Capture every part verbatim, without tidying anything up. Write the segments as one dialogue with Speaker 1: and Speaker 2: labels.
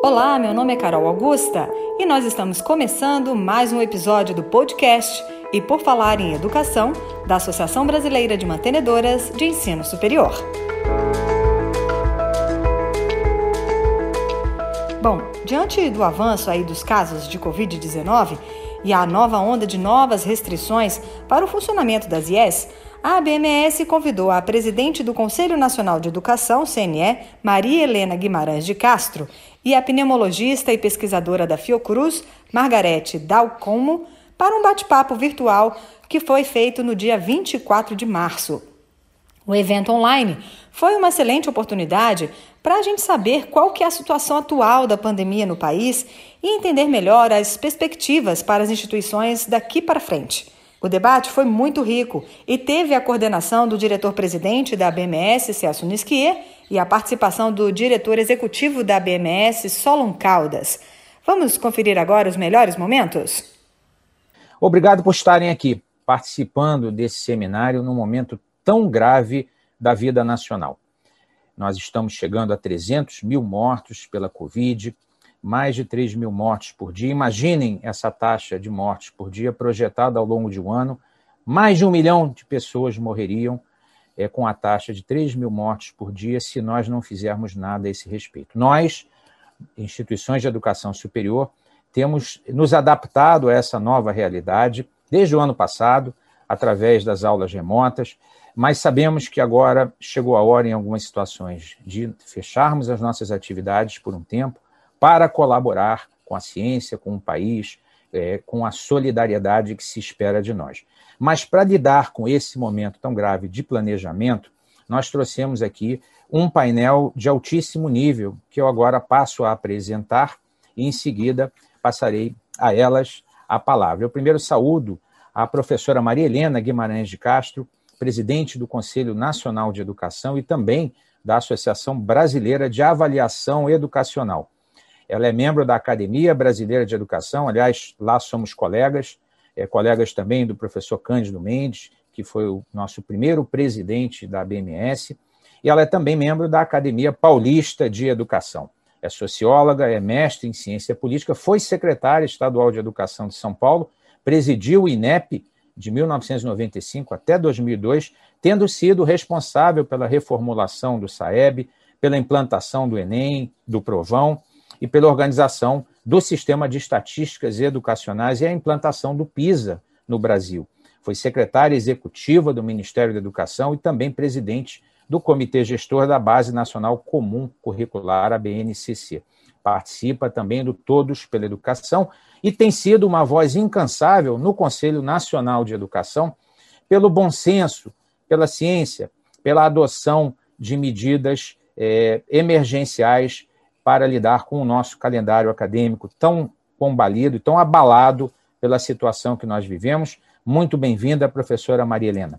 Speaker 1: Olá, meu nome é Carol Augusta e nós estamos começando mais um episódio do podcast E por Falar em Educação, da Associação Brasileira de Mantenedoras de Ensino Superior. Bom, diante do avanço aí dos casos de covid dezenove e a nova onda de novas restrições para o funcionamento das I E S, a A B M S convidou a presidente do Conselho Nacional de Educação, C N E, Maria Helena Guimarães de Castro, e a pneumologista e pesquisadora da Fiocruz, Margarete Dalcomo, para um bate-papo virtual que foi feito no dia vinte e quatro de março. O evento online foi uma excelente oportunidade para a gente saber qual que é a situação atual da pandemia no país e entender melhor as perspectivas para as instituições daqui para frente. O debate foi muito rico e teve a coordenação do diretor-presidente da A B M S, Celso Nisquier, e a participação do diretor executivo da A B M S, Solon Caldas. Vamos conferir agora os melhores momentos?
Speaker 2: Obrigado por estarem aqui, participando desse seminário num momento tão grave da vida nacional. Nós estamos chegando a trezentos mil mortos pela Covid, mais de três mil mortes por dia. Imaginem essa taxa de mortes por dia projetada ao longo de um ano. Mais de um milhão de pessoas morreriam é, com a taxa de três mil mortes por dia se nós não fizermos nada a esse respeito. Nós, instituições de educação superior, temos nos adaptado a essa nova realidade desde o ano passado, através das aulas remotas, mas sabemos que agora chegou a hora, em algumas situações, de fecharmos as nossas atividades por um tempo, para colaborar com a ciência, com o país, é, com a solidariedade que se espera de nós. Mas para lidar com esse momento tão grave de planejamento, nós trouxemos aqui um painel de altíssimo nível, que eu agora passo a apresentar e, em seguida, passarei a elas a palavra. Eu primeiro saúdo a professora Maria Helena Guimarães de Castro, presidente do Conselho Nacional de Educação e também da Associação Brasileira de Avaliação Educacional. Ela é membro da Academia Brasileira de Educação, aliás, lá somos colegas, é, colegas também do professor Cândido Mendes, que foi o nosso primeiro presidente da A B M S, e ela é também membro da Academia Paulista de Educação. É socióloga, é mestre em ciência política, foi secretária estadual de Educação de São Paulo, presidiu o INEP de mil novecentos e noventa e cinco até dois mil e dois, tendo sido responsável pela reformulação do SAEB, pela implantação do Enem, do Provão, e pela organização do Sistema de Estatísticas Educacionais e a implantação do PISA no Brasil. Foi secretária executiva do Ministério da Educação e também presidente do Comitê Gestor da Base Nacional Comum Curricular, a B N C C. Participa também do Todos pela Educação e tem sido uma voz incansável no Conselho Nacional de Educação pelo bom senso, pela ciência, pela adoção de medidas eh, emergenciais para lidar com o nosso calendário acadêmico tão combalido e tão abalado pela situação que nós vivemos. Muito bem-vinda, professora Maria Helena.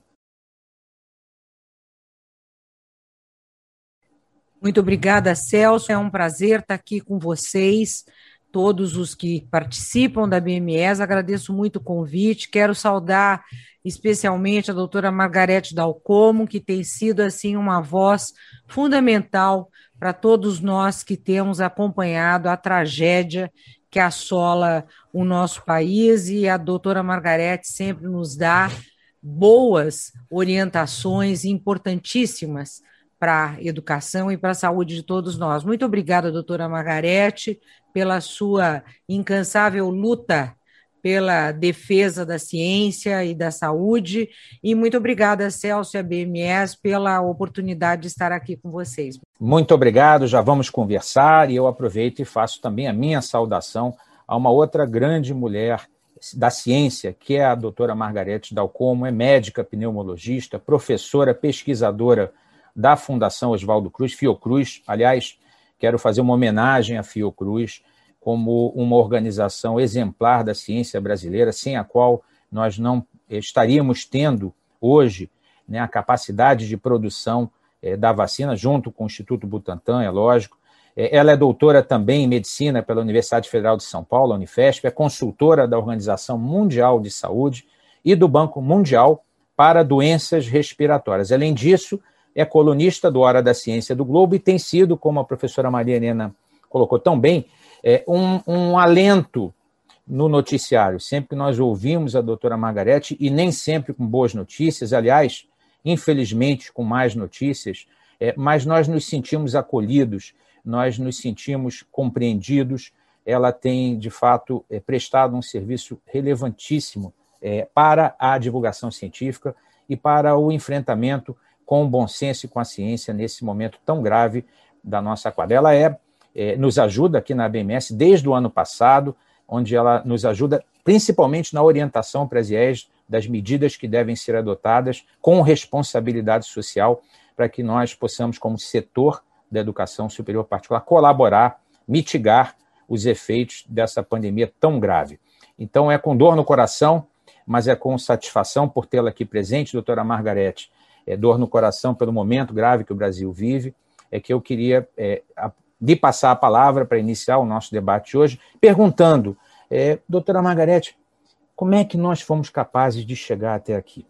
Speaker 3: Muito obrigada, Celso. É um prazer estar aqui com vocês, todos os que participam da A B M S. Agradeço muito o convite. Quero saudar especialmente a doutora Margarete Dalcomo, que tem sido assim uma voz fundamental para todos nós que temos acompanhado a tragédia que assola o nosso país, e a doutora Margarete sempre nos dá boas orientações importantíssimas para a educação e para a saúde de todos nós. Muito obrigada, doutora Margarete, pela sua incansável luta pela defesa da ciência e da saúde, e muito obrigada, Celso e a B M S, pela oportunidade de estar aqui com vocês.
Speaker 2: Muito obrigado, já vamos conversar, e eu aproveito e faço também a minha saudação a uma outra grande mulher da ciência, que é a doutora Margarete Dalcomo, é médica pneumologista, professora, pesquisadora da Fundação Oswaldo Cruz, Fiocruz. Aliás, quero fazer uma homenagem à Fiocruz como uma organização exemplar da ciência brasileira, sem a qual nós não estaríamos tendo hoje, né, a capacidade de produção eh, da vacina, junto com o Instituto Butantan, é lógico. Eh, ela é doutora também em medicina pela Universidade Federal de São Paulo, a Unifesp, é consultora da Organização Mundial de Saúde e do Banco Mundial para Doenças Respiratórias. Além disso, é colunista do Hora da Ciência do Globo e tem sido, como a professora Maria Helena colocou tão bem, é, um, um alento no noticiário. Sempre que nós ouvimos a doutora Margarete, e nem sempre com boas notícias, aliás, infelizmente com más notícias, é, mas nós nos sentimos acolhidos, nós nos sentimos compreendidos. Ela tem, de fato, é, prestado um serviço relevantíssimo é, para a divulgação científica e para o enfrentamento com o bom senso e com a ciência nesse momento tão grave da nossa quadra. Ela é, é, nos ajuda aqui na A B M S desde o ano passado, onde ela nos ajuda principalmente na orientação para as I E S das medidas que devem ser adotadas com responsabilidade social para que nós possamos, como setor da educação superior particular, colaborar, mitigar os efeitos dessa pandemia tão grave. Então, é com dor no coração, mas é com satisfação por tê-la aqui presente, doutora Margarete, é dor no coração pelo momento grave que o Brasil vive, é que eu queria é, a, lhe passar a palavra para iniciar o nosso debate hoje, perguntando, é, doutora Margarete, como é que nós fomos capazes de chegar até aqui?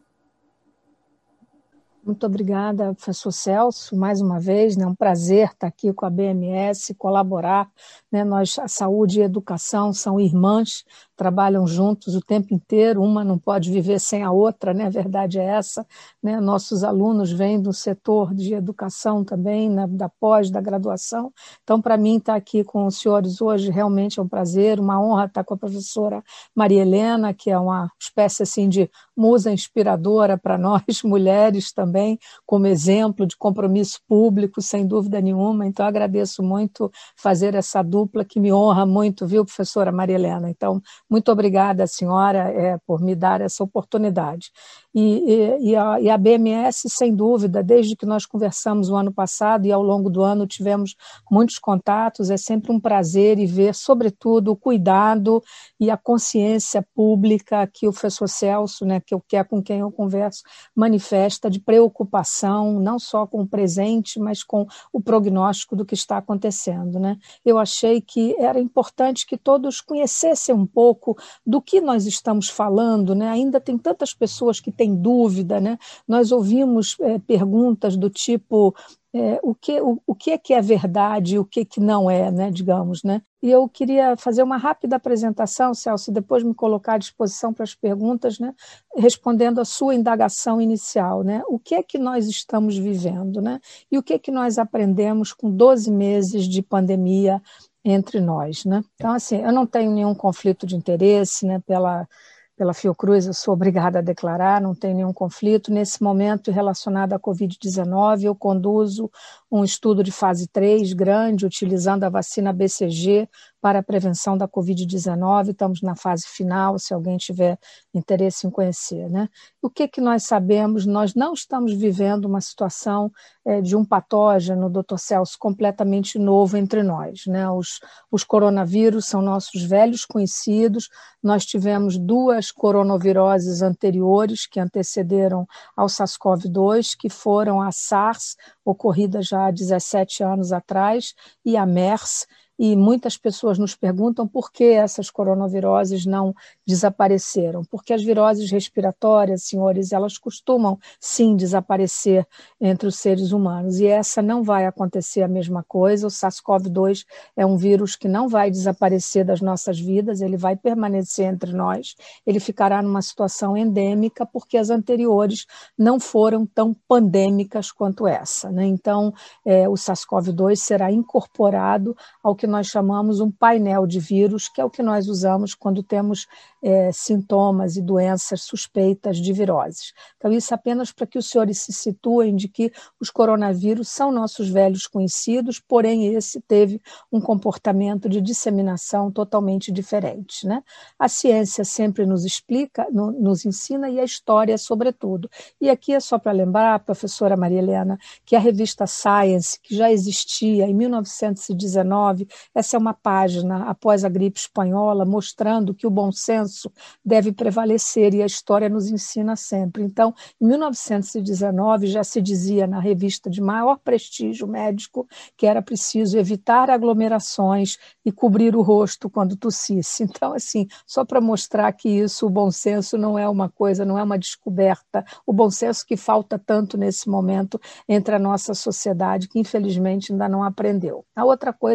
Speaker 4: Muito obrigada, professor Celso, mais uma vez, né, um prazer estar aqui com a B M S, colaborar, né, nós, a saúde e a educação são irmãs, trabalham juntos o tempo inteiro, uma não pode viver sem a outra, né, a verdade é essa, né, nossos alunos vêm do setor de educação também, né, da pós, da graduação, então para mim estar aqui com os senhores hoje realmente é um prazer, uma honra estar com a professora Maria Helena, que é uma espécie assim de musa inspiradora para nós, mulheres também, como exemplo de compromisso público, sem dúvida nenhuma. Então, agradeço muito fazer essa dupla, que me honra muito, viu, professora Maria Helena? Então, muito obrigada, senhora, é, por me dar essa oportunidade. E, e, e, a, e a B M S, sem dúvida, desde que nós conversamos o ano passado e ao longo do ano tivemos muitos contatos, é sempre um prazer e ver, sobretudo, o cuidado e a consciência pública que o professor Celso, né, que, eu, que é com quem eu converso, manifesta de preocupação, não só com o presente, mas com o prognóstico do que está acontecendo, né? Eu achei que era importante que todos conhecessem um pouco do que nós estamos falando, né? Ainda tem tantas pessoas que têm dúvida, né? Nós ouvimos é, perguntas do tipo é, o, que, o, o que é que é verdade e o que, que não é, né? Digamos, né? E eu queria fazer uma rápida apresentação, Celso, depois me colocar à disposição para as perguntas, né? Respondendo a sua indagação inicial, né? O que é que nós estamos vivendo, né? E o que é que nós aprendemos com doze meses de pandemia entre nós, né? Então, assim, eu não tenho nenhum conflito de interesse, né? Pela pela Fiocruz, eu sou obrigada a declarar, não tem nenhum conflito. Nesse momento, relacionado à covid dezenove, eu conduzo um estudo de fase três grande, utilizando a vacina B C G para a prevenção da covid dezenove. Estamos na fase final, se alguém tiver interesse em conhecer, né? O que, que nós sabemos? Nós não estamos vivendo uma situação é, de um patógeno, doutor Celso, completamente novo entre nós, né? Os, os coronavírus são nossos velhos conhecidos, nós tivemos duas coronaviroses anteriores que antecederam ao SARS-CoV dois, que foram a SARS, ocorrida já há dezessete anos atrás, e a MERS, e muitas pessoas nos perguntam por que essas coronaviroses não desapareceram. Porque as viroses respiratórias, senhores, elas costumam sim desaparecer entre os seres humanos, e essa não vai acontecer a mesma coisa. O SARS-CoV dois é um vírus que não vai desaparecer das nossas vidas, ele vai permanecer entre nós, ele ficará numa situação endêmica, porque as anteriores não foram tão pandêmicas quanto essa, né? Então, é, o SARS-CoV dois será incorporado ao que nós chamamos um painel de vírus, que é o que nós usamos quando temos é, sintomas e doenças suspeitas de viroses. Então, isso apenas para que os senhores se situem de que os coronavírus são nossos velhos conhecidos, porém esse teve um comportamento de disseminação totalmente diferente, né? A ciência sempre nos explica, no, nos ensina, e a história sobretudo. E aqui é só para lembrar, professora Maria Helena, que a revista Science, que já existia em mil novecentos e dezenove, essa é uma página após a gripe espanhola, mostrando que o bom senso deve prevalecer, e a história nos ensina sempre. Então, em mil novecentos e dezenove, já se dizia na revista de maior prestígio médico que era preciso evitar aglomerações e cobrir o rosto quando tossisse. Então, assim, só para mostrar que isso, o bom senso não é uma coisa, não é uma descoberta, o bom senso que falta tanto nesse momento entre a nossa sociedade, que infelizmente ainda não aprendeu. A outra coisa que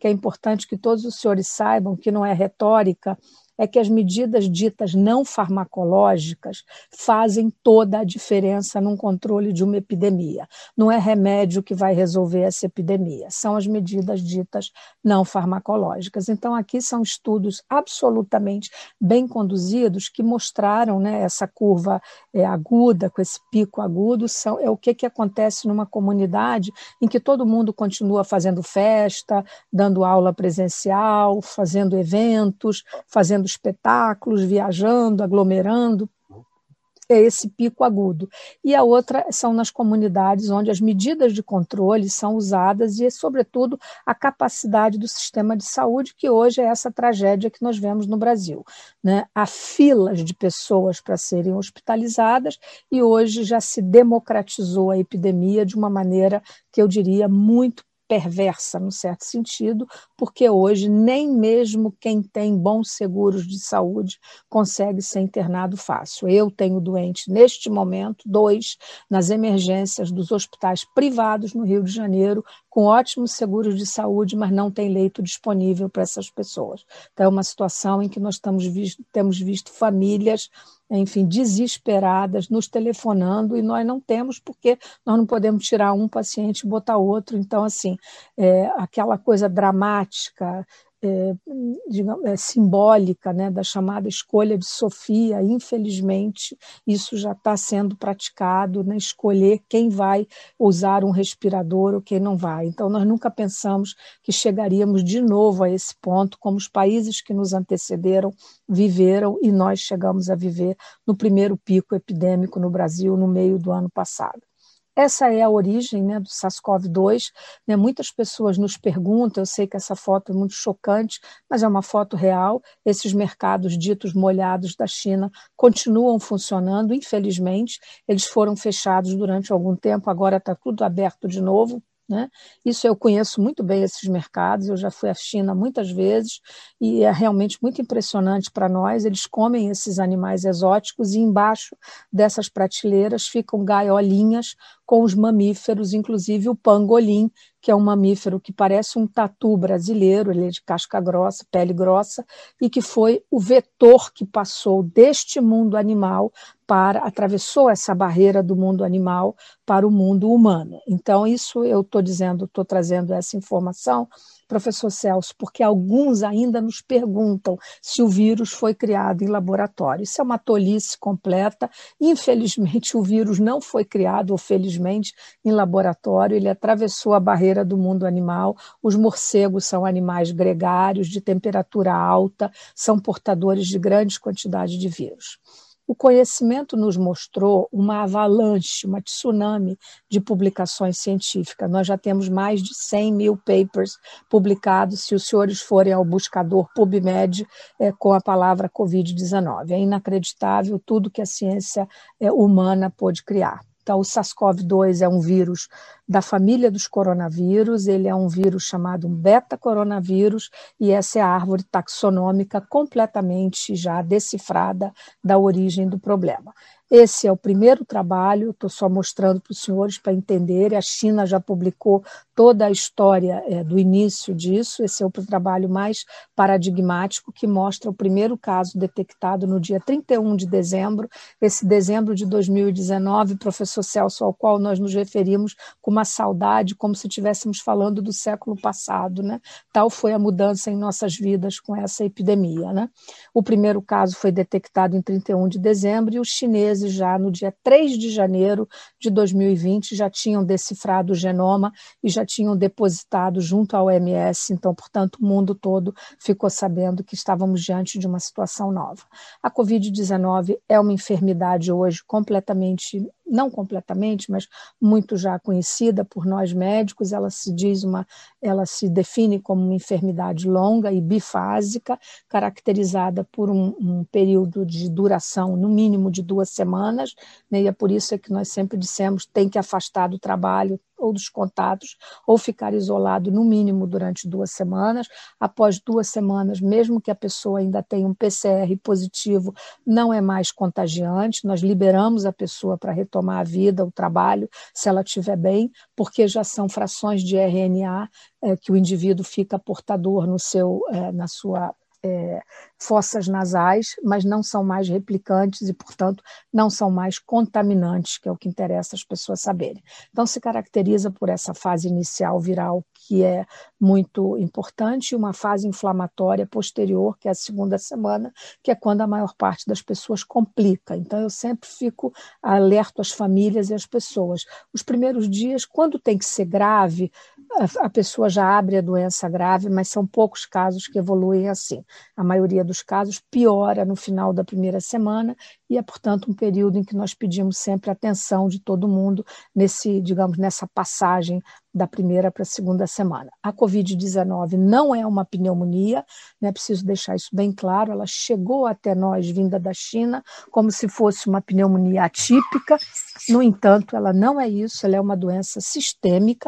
Speaker 4: que é importante que todos os senhores saibam que não é retórica, é que as medidas ditas não farmacológicas fazem toda a diferença num controle de uma epidemia. Não é remédio que vai resolver essa epidemia, são as medidas ditas não farmacológicas. Então, aqui são estudos absolutamente bem conduzidos que mostraram, né, essa curva é, aguda, com esse pico agudo, são, é o que, que acontece numa comunidade em que todo mundo continua fazendo festa, dando aula presencial, fazendo eventos, fazendo espetáculos, viajando, aglomerando, é esse pico agudo. E a outra são nas comunidades onde as medidas de controle são usadas e, sobretudo, a capacidade do sistema de saúde, que hoje é essa tragédia que nós vemos no Brasil, né? Há filas de pessoas para serem hospitalizadas e hoje já se democratizou a epidemia de uma maneira que eu diria muito perversa, num certo sentido, porque hoje nem mesmo quem tem bons seguros de saúde consegue ser internado fácil. Eu tenho doente neste momento, dois, nas emergências dos hospitais privados no Rio de Janeiro, com ótimos seguros de saúde, mas não tem leito disponível para essas pessoas. Então é uma situação em que nós estamos visto, temos visto famílias, enfim, desesperadas, nos telefonando, e nós não temos, porque nós não podemos tirar um paciente e botar outro. Então, assim, é, aquela coisa dramática, é, digamos, é, simbólica, né, da chamada escolha de Sofia, infelizmente, isso já está sendo praticado, né, escolher quem vai usar um respirador ou quem não vai. Então, nós nunca pensamos que chegaríamos de novo a esse ponto, como os países que nos antecederam viveram, e nós chegamos a viver no primeiro pico epidêmico no Brasil no meio do ano passado. Essa é a origem, né, do SARS-CoV dois. Né, muitas pessoas nos perguntam, eu sei que essa foto é muito chocante, mas é uma foto real. Esses mercados ditos molhados da China continuam funcionando, infelizmente. Eles foram fechados durante algum tempo, agora está tudo aberto de novo. Né? Isso eu conheço muito bem esses mercados, eu já fui à China muitas vezes e é realmente muito impressionante para nós. Eles comem esses animais exóticos e embaixo dessas prateleiras ficam gaiolinhas com os mamíferos, inclusive o pangolim, que é um mamífero que parece um tatu brasileiro, ele é de casca grossa, pele grossa, e que foi o vetor que passou deste mundo animal para, atravessou essa barreira do mundo animal para o mundo humano. Então, isso eu estou dizendo, estou trazendo essa informação, professor Celso, porque alguns ainda nos perguntam se o vírus foi criado em laboratório. Isso é uma tolice completa. Infelizmente, o vírus não foi criado, ou felizmente, em laboratório. Ele atravessou a barreira do mundo animal. Os morcegos são animais gregários, de temperatura alta, são portadores de grandes quantidades de vírus. O conhecimento nos mostrou uma avalanche, uma tsunami de publicações científicas. Nós já temos mais de cem mil papers publicados, se os senhores forem ao buscador PubMed, é, com a palavra covid dezenove. É inacreditável tudo que a ciência é, humana pôde criar. Então, o SARS-CoV dois é um vírus da família dos coronavírus, ele é um vírus chamado beta-coronavírus, e essa é a árvore taxonômica completamente já decifrada da origem do problema. Esse é o primeiro trabalho, estou só mostrando para os senhores para entenderem. A China já publicou toda a história é, do início disso. Esse é o trabalho mais paradigmático, que mostra o primeiro caso detectado no dia trinta e um de dezembro, esse dezembro de dois mil e dezenove, professor Celso, ao qual nós nos referimos com uma saudade, como se estivéssemos falando do século passado, né? Tal foi a mudança em nossas vidas com essa epidemia, né? O primeiro caso foi detectado em trinta e um de dezembro, e os chineses já no dia três de janeiro de dois mil e vinte já tinham decifrado o genoma e já tinham depositado junto à O M S, então, portanto, o mundo todo ficou sabendo que estávamos diante de uma situação nova. A covid dezenove é uma enfermidade hoje completamente, não completamente, mas muito já conhecida por nós médicos. Ela se diz uma, ela se define como uma enfermidade longa e bifásica, caracterizada por um, um período de duração no mínimo de duas semanas, né, e é por isso é que nós sempre dissemos tem que afastar do trabalho ou dos contatos, ou ficar isolado no mínimo durante duas semanas. Após duas semanas, mesmo que a pessoa ainda tenha um P C R positivo, não é mais contagiante, nós liberamos a pessoa para retomar a vida, o trabalho, se ela estiver bem, porque já são frações de R N A é, que o indivíduo fica portador no seu, é, na sua É, fossas nasais, mas não são mais replicantes e, portanto, não são mais contaminantes, que é o que interessa as pessoas saberem. Então, se caracteriza por essa fase inicial viral, que é muito importante, e uma fase inflamatória posterior, que é a segunda semana, que é quando a maior parte das pessoas complica. Então, eu sempre fico alerto às famílias e às pessoas. Os primeiros dias, quando tem que ser grave, a pessoa já abre a doença grave, mas são poucos casos que evoluem assim. A maioria dos casos piora no final da primeira semana e é, portanto, um período em que nós pedimos sempre atenção de todo mundo nesse, digamos, nessa passagem da primeira para a segunda semana. A covid dezenove não é uma pneumonia, né? Preciso deixar isso bem claro, ela chegou até nós vinda da China como se fosse uma pneumonia atípica, no entanto, ela não é isso, ela é uma doença sistêmica.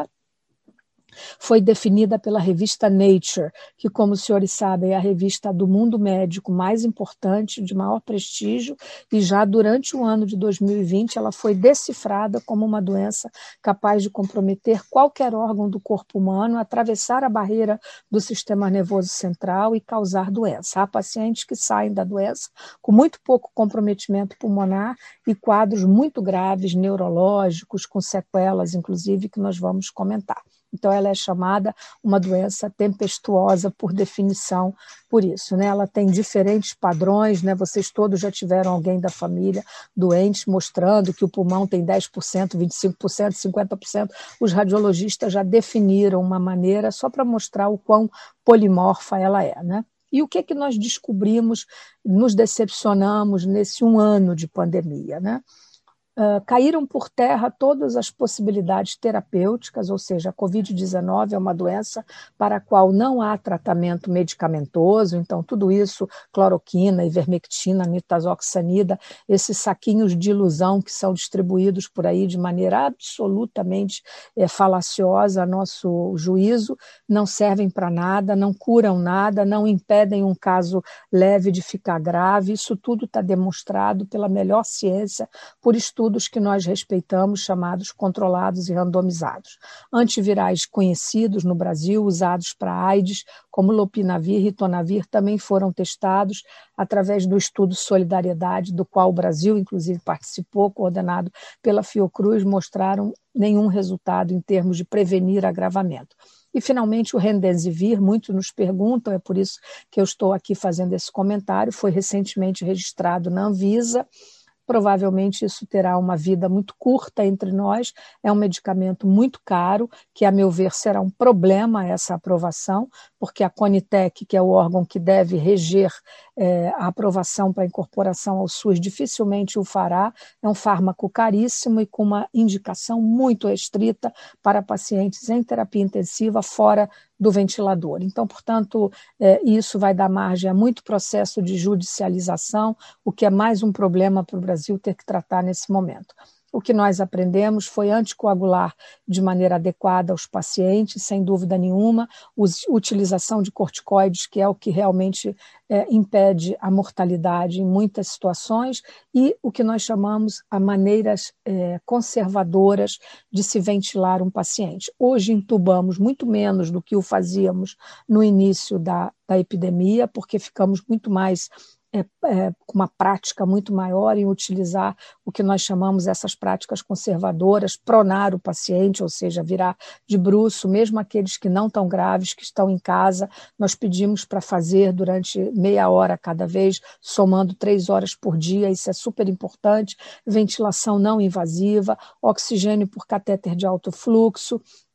Speaker 4: Foi definida pela revista Nature, que, como os senhores sabem, é a revista do mundo médico mais importante, de maior prestígio, e já durante o ano de dois mil e vinte ela foi decifrada como uma doença capaz de comprometer qualquer órgão do corpo humano, atravessar a barreira do sistema nervoso central e causar doença. Há pacientes que saem da doença com muito pouco comprometimento pulmonar e quadros muito graves, neurológicos, com sequelas, inclusive, que nós vamos comentar. Então, ela é chamada uma doença tempestuosa por definição, por isso, né? Ela tem diferentes padrões, né? Vocês todos já tiveram alguém da família doente, mostrando que o pulmão tem dez por cento, vinte e cinco por cento, cinquenta por cento. Os radiologistas já definiram uma maneira só para mostrar o quão polimorfa ela é, né? E o que é que nós descobrimos, nos decepcionamos nesse um ano de pandemia, né? Uh, caíram por terra todas as possibilidades terapêuticas, ou seja, a covid dezenove é uma doença para a qual não há tratamento medicamentoso, então tudo isso, cloroquina, ivermectina, nitazoxanida, esses saquinhos de ilusão que são distribuídos por aí de maneira absolutamente é, falaciosa a nosso juízo, não servem para nada, não curam nada, não impedem um caso leve de ficar grave, isso tudo está demonstrado pela melhor ciência, por estudos que nós respeitamos, chamados controlados e randomizados. Antivirais conhecidos no Brasil, usados para AIDS, como lopinavir e ritonavir, também foram testados através do estudo Solidariedade, do qual o Brasil, inclusive, participou, coordenado pela Fiocruz, mostraram nenhum resultado em termos de prevenir agravamento. E, finalmente, o Remdesivir, muitos nos perguntam, é por isso que eu estou aqui fazendo esse comentário, foi recentemente registrado na Anvisa. Provavelmente isso terá uma vida muito curta entre nós, é um medicamento muito caro, que, a meu ver, será um problema essa aprovação, porque a Conitec, que é o órgão que deve reger é, a aprovação para incorporação ao SUS, dificilmente o fará, é um fármaco caríssimo e com uma indicação muito restrita para pacientes em terapia intensiva fora do ventilador. Então, portanto, é, isso vai dar margem a muito processo de judicialização, o que é mais um problema para o Brasil ter que tratar nesse momento. O que nós aprendemos foi anticoagular de maneira adequada aos pacientes, sem dúvida nenhuma, a utilização de corticoides, que é o que realmente é, impede a mortalidade em muitas situações, e o que nós chamamos a maneiras é, conservadoras de se ventilar um paciente. Hoje entubamos muito menos do que o fazíamos no início da, da epidemia, porque ficamos muito mais É, é, com uma prática muito maior em utilizar o que nós chamamos essas práticas conservadoras, pronar o paciente, ou seja, virar de bruço, mesmo aqueles que não estão graves, que estão em casa, nós pedimos para fazer durante meia hora cada vez, somando três horas por dia, isso é super importante, ventilação não invasiva, oxigênio por catéter de alto fluxo,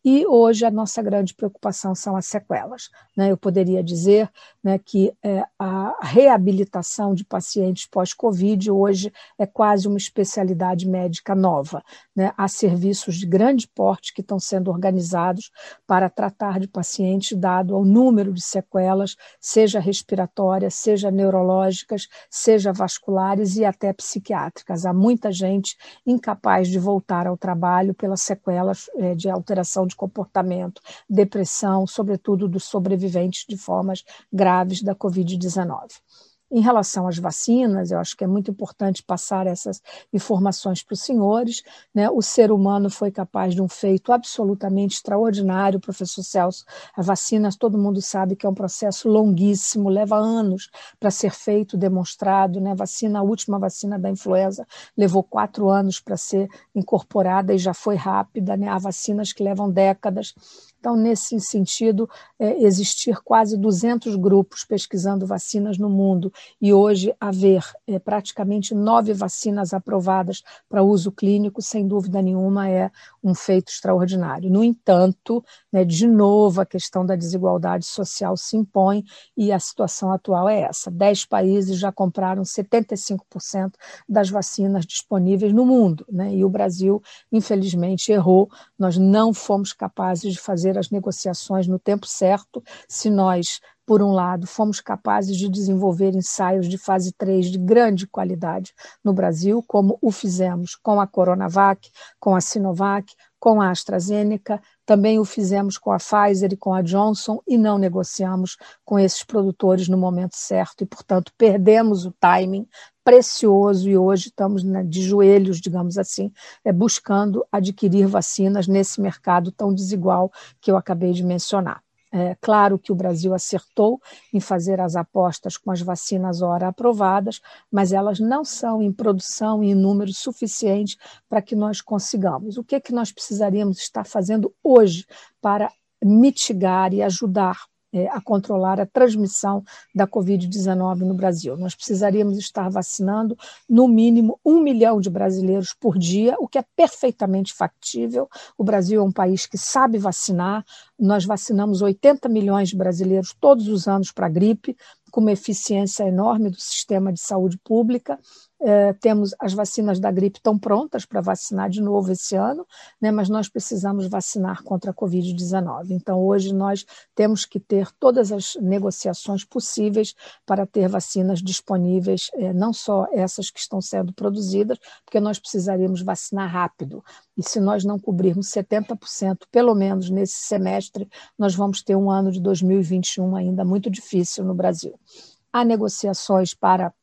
Speaker 4: E hoje a nossa grande preocupação são as sequelas, né? Eu poderia dizer, né, que é, a reabilitação de pacientes pós-Covid hoje é quase uma especialidade médica nova, né? Há serviços de grande porte que estão sendo organizados para tratar de pacientes dado ao número de sequelas, seja respiratórias, seja neurológicas, seja vasculares e até psiquiátricas. Há muita gente incapaz de voltar ao trabalho pelas sequelas é, de alteração de comportamento, depressão, sobretudo dos sobreviventes de formas graves da covid dezenove. Em relação às vacinas, eu acho que é muito importante passar essas informações para os senhores, né? O ser humano foi capaz de um feito absolutamente extraordinário, professor Celso. As vacinas, todo mundo sabe que é um processo longuíssimo, leva anos para ser feito, demonstrado, né? A vacina, a última vacina da influenza, levou quatro anos para ser incorporada e já foi rápida, né? Há vacinas que levam décadas. Então, nesse sentido, é, existir quase duzentos grupos pesquisando vacinas no mundo e hoje haver é, praticamente nove vacinas aprovadas para uso clínico, sem dúvida nenhuma, é um feito extraordinário. No entanto, né, de novo, a questão da desigualdade social se impõe e a situação atual é essa. Dez países já compraram setenta e cinco por cento das vacinas disponíveis no mundo, né, e o Brasil, infelizmente, errou. Nós não fomos capazes de fazer as negociações no tempo certo. Se nós, por um lado, fomos capazes de desenvolver ensaios de fase três de grande qualidade no Brasil, como o fizemos com a Coronavac, com a Sinovac, com a AstraZeneca, também o fizemos com a Pfizer e com a Johnson e não negociamos com esses produtores no momento certo e, portanto, perdemos o timing precioso e hoje estamos, né, de joelhos, digamos assim, é, buscando adquirir vacinas nesse mercado tão desigual que eu acabei de mencionar. É claro que o Brasil acertou em fazer as apostas com as vacinas ora aprovadas, mas elas não são em produção e em número suficiente para que nós consigamos. O que é que nós precisaríamos estar fazendo hoje para mitigar e ajudar É, a controlar a transmissão da covid dezenove no Brasil? Nós precisaríamos estar vacinando no mínimo um milhão de brasileiros por dia, o que é perfeitamente factível. O Brasil é um país que sabe vacinar, nós vacinamos oitenta milhões de brasileiros todos os anos para a gripe, com uma eficiência enorme do sistema de saúde pública. É, temos as vacinas da gripe estão prontas para vacinar de novo esse ano, né, mas nós precisamos vacinar contra a covid dezenove. Então, hoje nós temos que ter todas as negociações possíveis para ter vacinas disponíveis, é, não só essas que estão sendo produzidas, porque nós precisaríamos vacinar rápido. E se nós não cobrirmos setenta por cento, pelo menos nesse semestre, nós vamos ter um ano de dois mil e vinte e um ainda muito difícil no Brasil. Há negociações para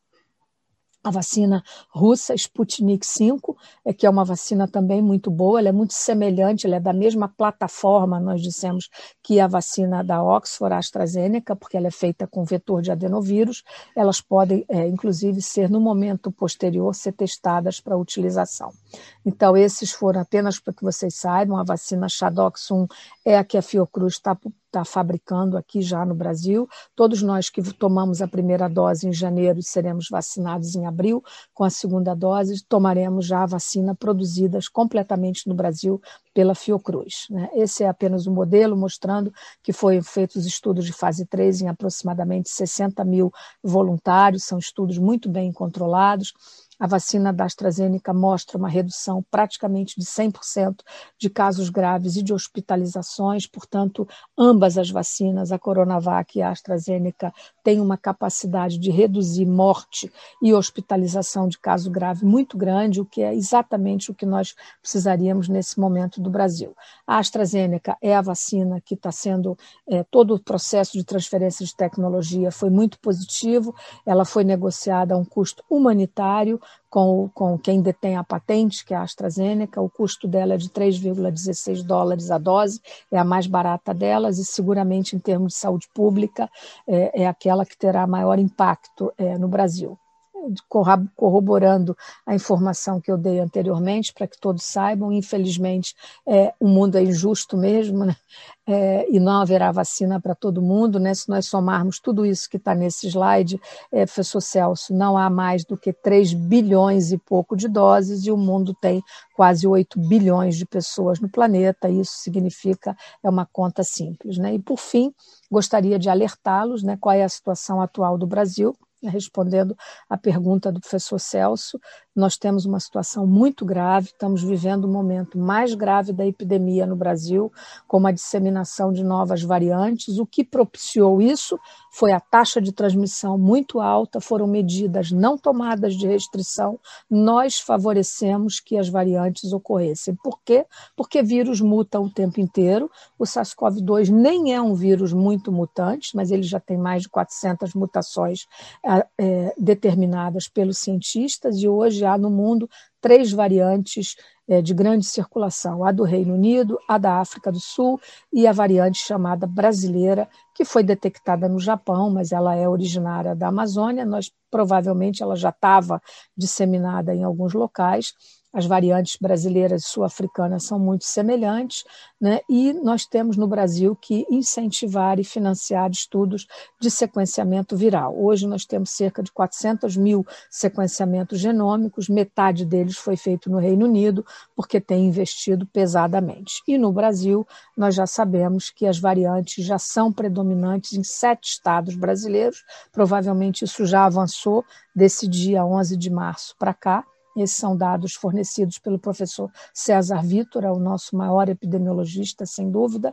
Speaker 4: a vacina russa Sputnik cinco, é, que é uma vacina também muito boa, ela é muito semelhante, ela é da mesma plataforma, nós dissemos, que a vacina da Oxford, a AstraZeneca, porque ela é feita com vetor de adenovírus, elas podem, é, inclusive, ser no momento posterior, ser testadas para utilização. Então, esses foram apenas para que vocês saibam, a vacina Shadox um é a que a Fiocruz está está fabricando aqui já no Brasil. Todos nós que tomamos a primeira dose em janeiro seremos vacinados em abril, com a segunda dose tomaremos já a vacina produzida completamente no Brasil pela Fiocruz, né? Esse é apenas um modelo mostrando que foram feitos estudos de fase três em aproximadamente sessenta mil voluntários, são estudos muito bem controlados. A vacina da AstraZeneca mostra uma redução praticamente de cem por cento de casos graves e de hospitalizações, portanto, ambas as vacinas, a Coronavac e a AstraZeneca, têm uma capacidade de reduzir morte e hospitalização de caso grave muito grande, o que é exatamente o que nós precisaríamos nesse momento do Brasil. A AstraZeneca é a vacina que está sendo, é, todo o processo de transferência de tecnologia foi muito positivo, ela foi negociada a um custo humanitário, Com, com quem detém a patente, que é a AstraZeneca, o custo dela é de três vírgula dezesseis dólares a dose, é a mais barata delas e seguramente em termos de saúde pública é, é aquela que terá maior impacto é, no Brasil. corroborando a informação que eu dei anteriormente, para que todos saibam, infelizmente, é, o mundo é injusto mesmo, né? É, e não haverá vacina para todo mundo, né? Se nós somarmos tudo isso que está nesse slide, é, professor Celso, não há mais do que três bilhões e pouco de doses, e o mundo tem quase oito bilhões de pessoas no planeta. Isso significa, é uma conta simples, né? E, por fim, gostaria de alertá-los, né, qual é a situação atual do Brasil. Respondendo à pergunta do professor Celso, nós temos uma situação muito grave, estamos vivendo o momento mais grave da epidemia no Brasil, com a disseminação de novas variantes. O que propiciou isso foi a taxa de transmissão muito alta, foram medidas não tomadas de restrição, nós favorecemos que as variantes ocorressem. Por quê? Porque vírus mutam o tempo inteiro, o SARS-CoV dois nem é um vírus muito mutante, mas ele já tem mais de quatrocentas mutações É, determinadas pelos cientistas, e hoje há no mundo três variantes é, de grande circulação, a do Reino Unido, a da África do Sul e a variante chamada brasileira, que foi detectada no Japão, mas ela é originária da Amazônia. Nós, provavelmente ela já estava disseminada em alguns locais. As variantes brasileiras e sul-africanas são muito semelhantes, né? E nós temos no Brasil que incentivar e financiar estudos de sequenciamento viral. Hoje nós temos cerca de quatrocentos mil sequenciamentos genômicos, metade deles foi feito no Reino Unido, porque tem investido pesadamente. E no Brasil, nós já sabemos que as variantes já são predominantes em sete estados brasileiros, provavelmente isso já avançou desse dia onze de março para cá. Esses são dados fornecidos pelo professor César Vitor, é o nosso maior epidemiologista, sem dúvida,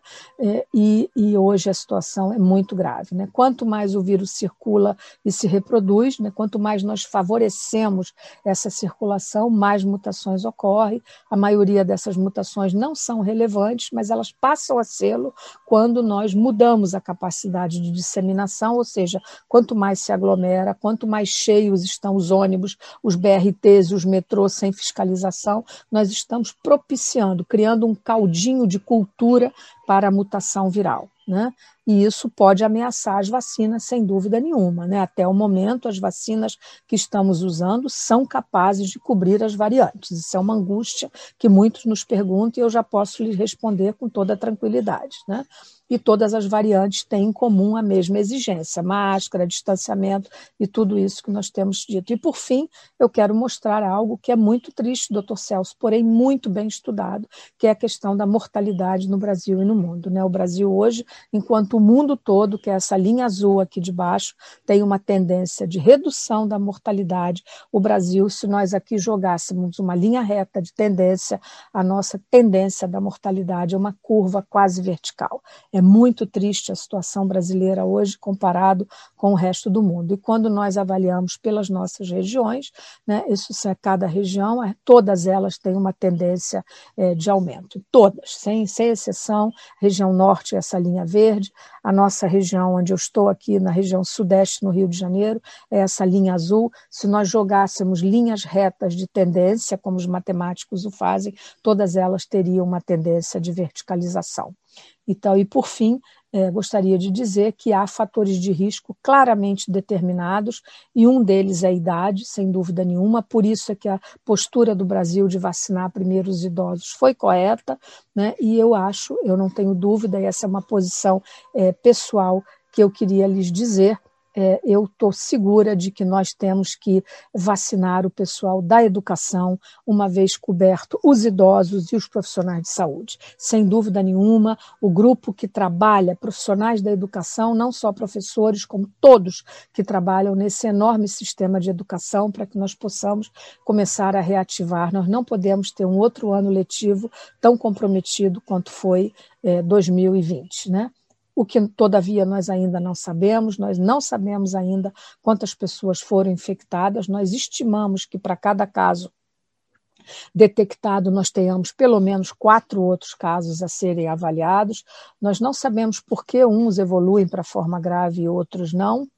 Speaker 4: e, e hoje a situação é muito grave, né? Quanto mais o vírus circula e se reproduz, né, quanto mais nós favorecemos essa circulação, mais mutações ocorrem. A maioria dessas mutações não são relevantes, mas elas passam a sê-lo quando nós mudamos a capacidade de disseminação, ou seja, quanto mais se aglomera, quanto mais cheios estão os ônibus, os B R Ts e os metrô sem fiscalização, nós estamos propiciando, criando um caldinho de cultura para a mutação viral, né? E isso pode ameaçar as vacinas, sem dúvida nenhuma, né? Até o momento, as vacinas que estamos usando são capazes de cobrir as variantes. Isso é uma angústia que muitos nos perguntam e eu já posso lhes responder com toda tranquilidade, né? E todas as variantes têm em comum a mesma exigência, máscara, distanciamento e tudo isso que nós temos dito. E, por fim, eu quero mostrar algo que é muito triste, doutor Celso, porém muito bem estudado, que é a questão da mortalidade no Brasil e no mundo, né? O Brasil hoje, enquanto o mundo todo, que é essa linha azul aqui de baixo, tem uma tendência de redução da mortalidade. O Brasil, se nós aqui jogássemos uma linha reta de tendência, a nossa tendência da mortalidade é uma curva quase vertical. É muito triste a situação brasileira hoje comparado com o resto do mundo. E quando nós avaliamos pelas nossas regiões, né, isso é cada região, todas elas têm uma tendência é, de aumento. Todas, sem, sem exceção, região norte, essa linha verde, a nossa região onde eu estou aqui, na região sudeste, no Rio de Janeiro, é essa linha azul. Se nós jogássemos linhas retas de tendência, como os matemáticos o fazem, todas elas teriam uma tendência de verticalização. Então, e por fim, eh, gostaria de dizer que há fatores de risco claramente determinados, e um deles é a idade, sem dúvida nenhuma. Por isso é que a postura do Brasil de vacinar primeiro os idosos foi correta, né? E eu acho, eu não tenho dúvida, e essa é uma posição eh, pessoal que eu queria lhes dizer, É, eu estou segura de que nós temos que vacinar o pessoal da educação, uma vez coberto os idosos e os profissionais de saúde. Sem dúvida nenhuma, o grupo que trabalha, profissionais da educação, não só professores, como todos que trabalham nesse enorme sistema de educação, para que nós possamos começar a reativar. Nós não podemos ter um outro ano letivo tão comprometido quanto foi é, dois mil e vinte, né? O que, todavia, nós ainda não sabemos, nós não sabemos ainda quantas pessoas foram infectadas, nós estimamos que para cada caso detectado nós tenhamos pelo menos quatro outros casos a serem avaliados, nós não sabemos por que uns evoluem para forma grave e outros não,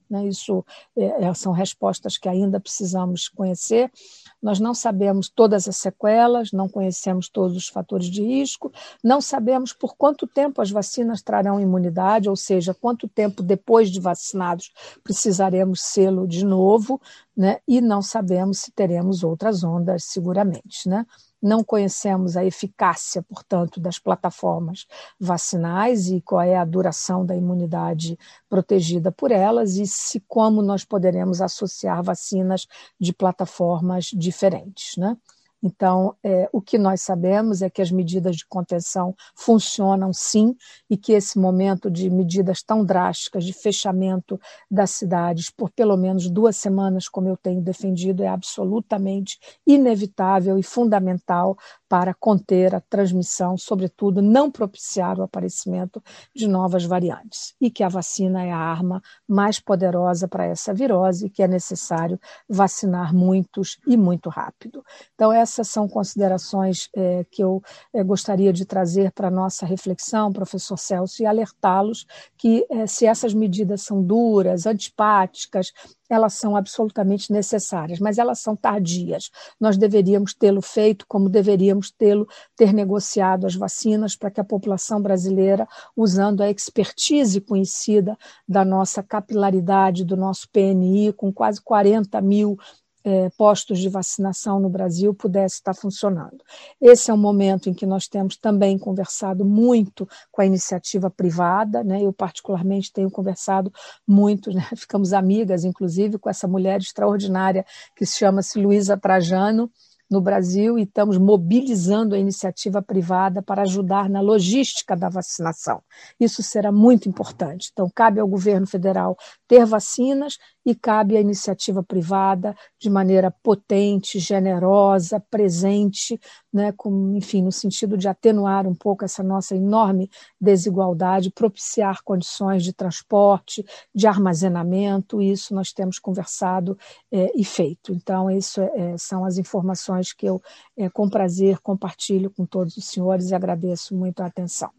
Speaker 4: né? Isso é, são respostas que ainda precisamos conhecer. Nós não sabemos todas as sequelas, não conhecemos todos os fatores de risco, não sabemos por quanto tempo as vacinas trarão imunidade, ou seja, quanto tempo depois de vacinados precisaremos sê-lo de novo, né? E não sabemos se teremos outras ondas, seguramente, né? Não conhecemos a eficácia, portanto, das plataformas vacinais e qual é a duração da imunidade protegida por elas e se como nós poderemos associar vacinas de plataformas diferentes, né? Então, é, o que nós sabemos é que as medidas de contenção funcionam sim e que esse momento de medidas tão drásticas de fechamento das cidades por pelo menos duas semanas, como eu tenho defendido, é absolutamente inevitável e fundamental para conter a transmissão, sobretudo não propiciar o aparecimento de novas variantes e que a vacina é a arma mais poderosa para essa virose e que é necessário vacinar muitos e muito rápido. Então, essas são considerações é, que eu é, gostaria de trazer para a nossa reflexão, professor Celso, e alertá-los que é, se essas medidas são duras, antipáticas, elas são absolutamente necessárias, mas elas são tardias. Nós deveríamos tê-lo feito como deveríamos tê-lo, ter negociado as vacinas para que a população brasileira, usando a expertise conhecida da nossa capilaridade, do nosso P N I, com quase quarenta mil É, postos de vacinação no Brasil pudesse estar funcionando. Esse é um momento em que nós temos também conversado muito com a iniciativa privada, né? Eu particularmente tenho conversado muito, né? Ficamos amigas, inclusive, com essa mulher extraordinária que se chama-se Luísa Trajano, no Brasil, e estamos mobilizando a iniciativa privada para ajudar na logística da vacinação. Isso será muito importante. Então, cabe ao governo federal ter vacinas e cabe à iniciativa privada, de maneira potente, generosa, presente, né, com, enfim, no sentido de atenuar um pouco essa nossa enorme desigualdade, propiciar condições de transporte, de armazenamento, e isso nós temos conversado é, e feito. Então, isso é, são as informações que eu, é, com prazer, compartilho com todos os senhores e agradeço muito a atenção.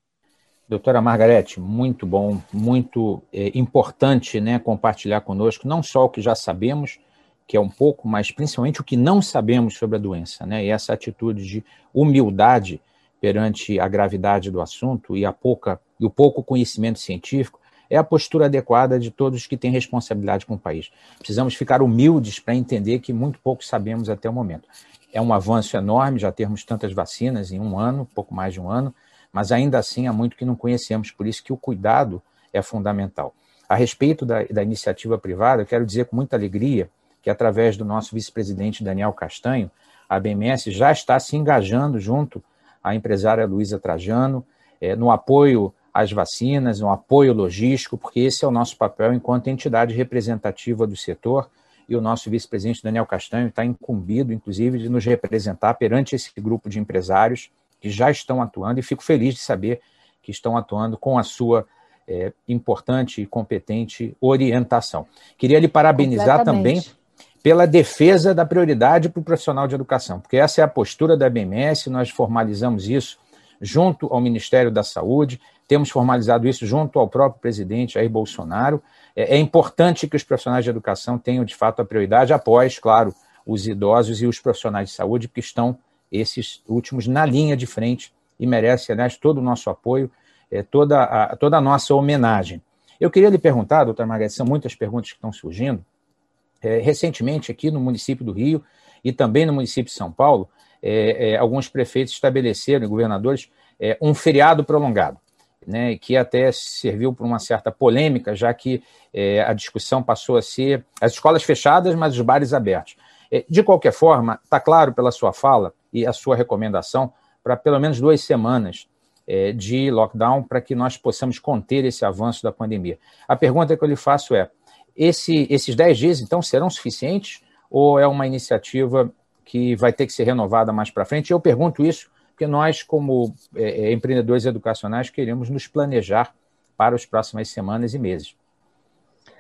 Speaker 2: Doutora Margarete, muito bom, muito é, importante, né, compartilhar conosco não só o que já sabemos, que é um pouco, mas principalmente o que não sabemos sobre a doença, né, e essa atitude de humildade perante a gravidade do assunto e, a pouca, e o pouco conhecimento científico é a postura adequada de todos que têm responsabilidade com o país. Precisamos ficar humildes para entender que muito pouco sabemos até o momento. É um avanço enorme já termos tantas vacinas em um ano, pouco mais de um ano, mas ainda assim há muito que não conhecemos, por isso que o cuidado é fundamental. A respeito da, da iniciativa privada, eu quero dizer com muita alegria que, através do nosso vice-presidente Daniel Castanho, a B M S já está se engajando junto à empresária Luísa Trajano, é, no apoio às vacinas, no apoio logístico, porque esse é o nosso papel enquanto entidade representativa do setor, e o nosso vice-presidente Daniel Castanho está incumbido, inclusive, de nos representar perante esse grupo de empresários que já estão atuando, e fico feliz de saber que estão atuando com a sua é, importante e competente orientação. Queria lhe parabenizar também pela defesa da prioridade para o profissional de educação, porque essa é a postura da B M S, nós formalizamos isso junto ao Ministério da Saúde, temos formalizado isso junto ao próprio presidente Jair Bolsonaro. É, é importante que os profissionais de educação tenham, de fato, a prioridade após, claro, os idosos e os profissionais de saúde, que estão esses últimos na linha de frente e merece, aliás, todo o nosso apoio, é, toda, a, toda a nossa homenagem. Eu queria lhe perguntar, doutora Margarete, são muitas perguntas que estão surgindo, é, recentemente aqui no município do Rio e também no município de São Paulo, é, é, alguns prefeitos estabeleceram, e governadores, é, um feriado prolongado, né, que até serviu por uma certa polêmica, já que é, a discussão passou a ser as escolas fechadas, mas os bares abertos. É, de qualquer forma, está claro pela sua fala e a sua recomendação para pelo menos duas semanas é, de lockdown para que nós possamos conter esse avanço da pandemia. A pergunta que eu lhe faço é, esse, esses dez dias, então, serão suficientes ou é uma iniciativa que vai ter que ser renovada mais para frente? Eu pergunto isso porque nós, como é, empreendedores educacionais, queremos nos planejar para as próximas semanas e meses.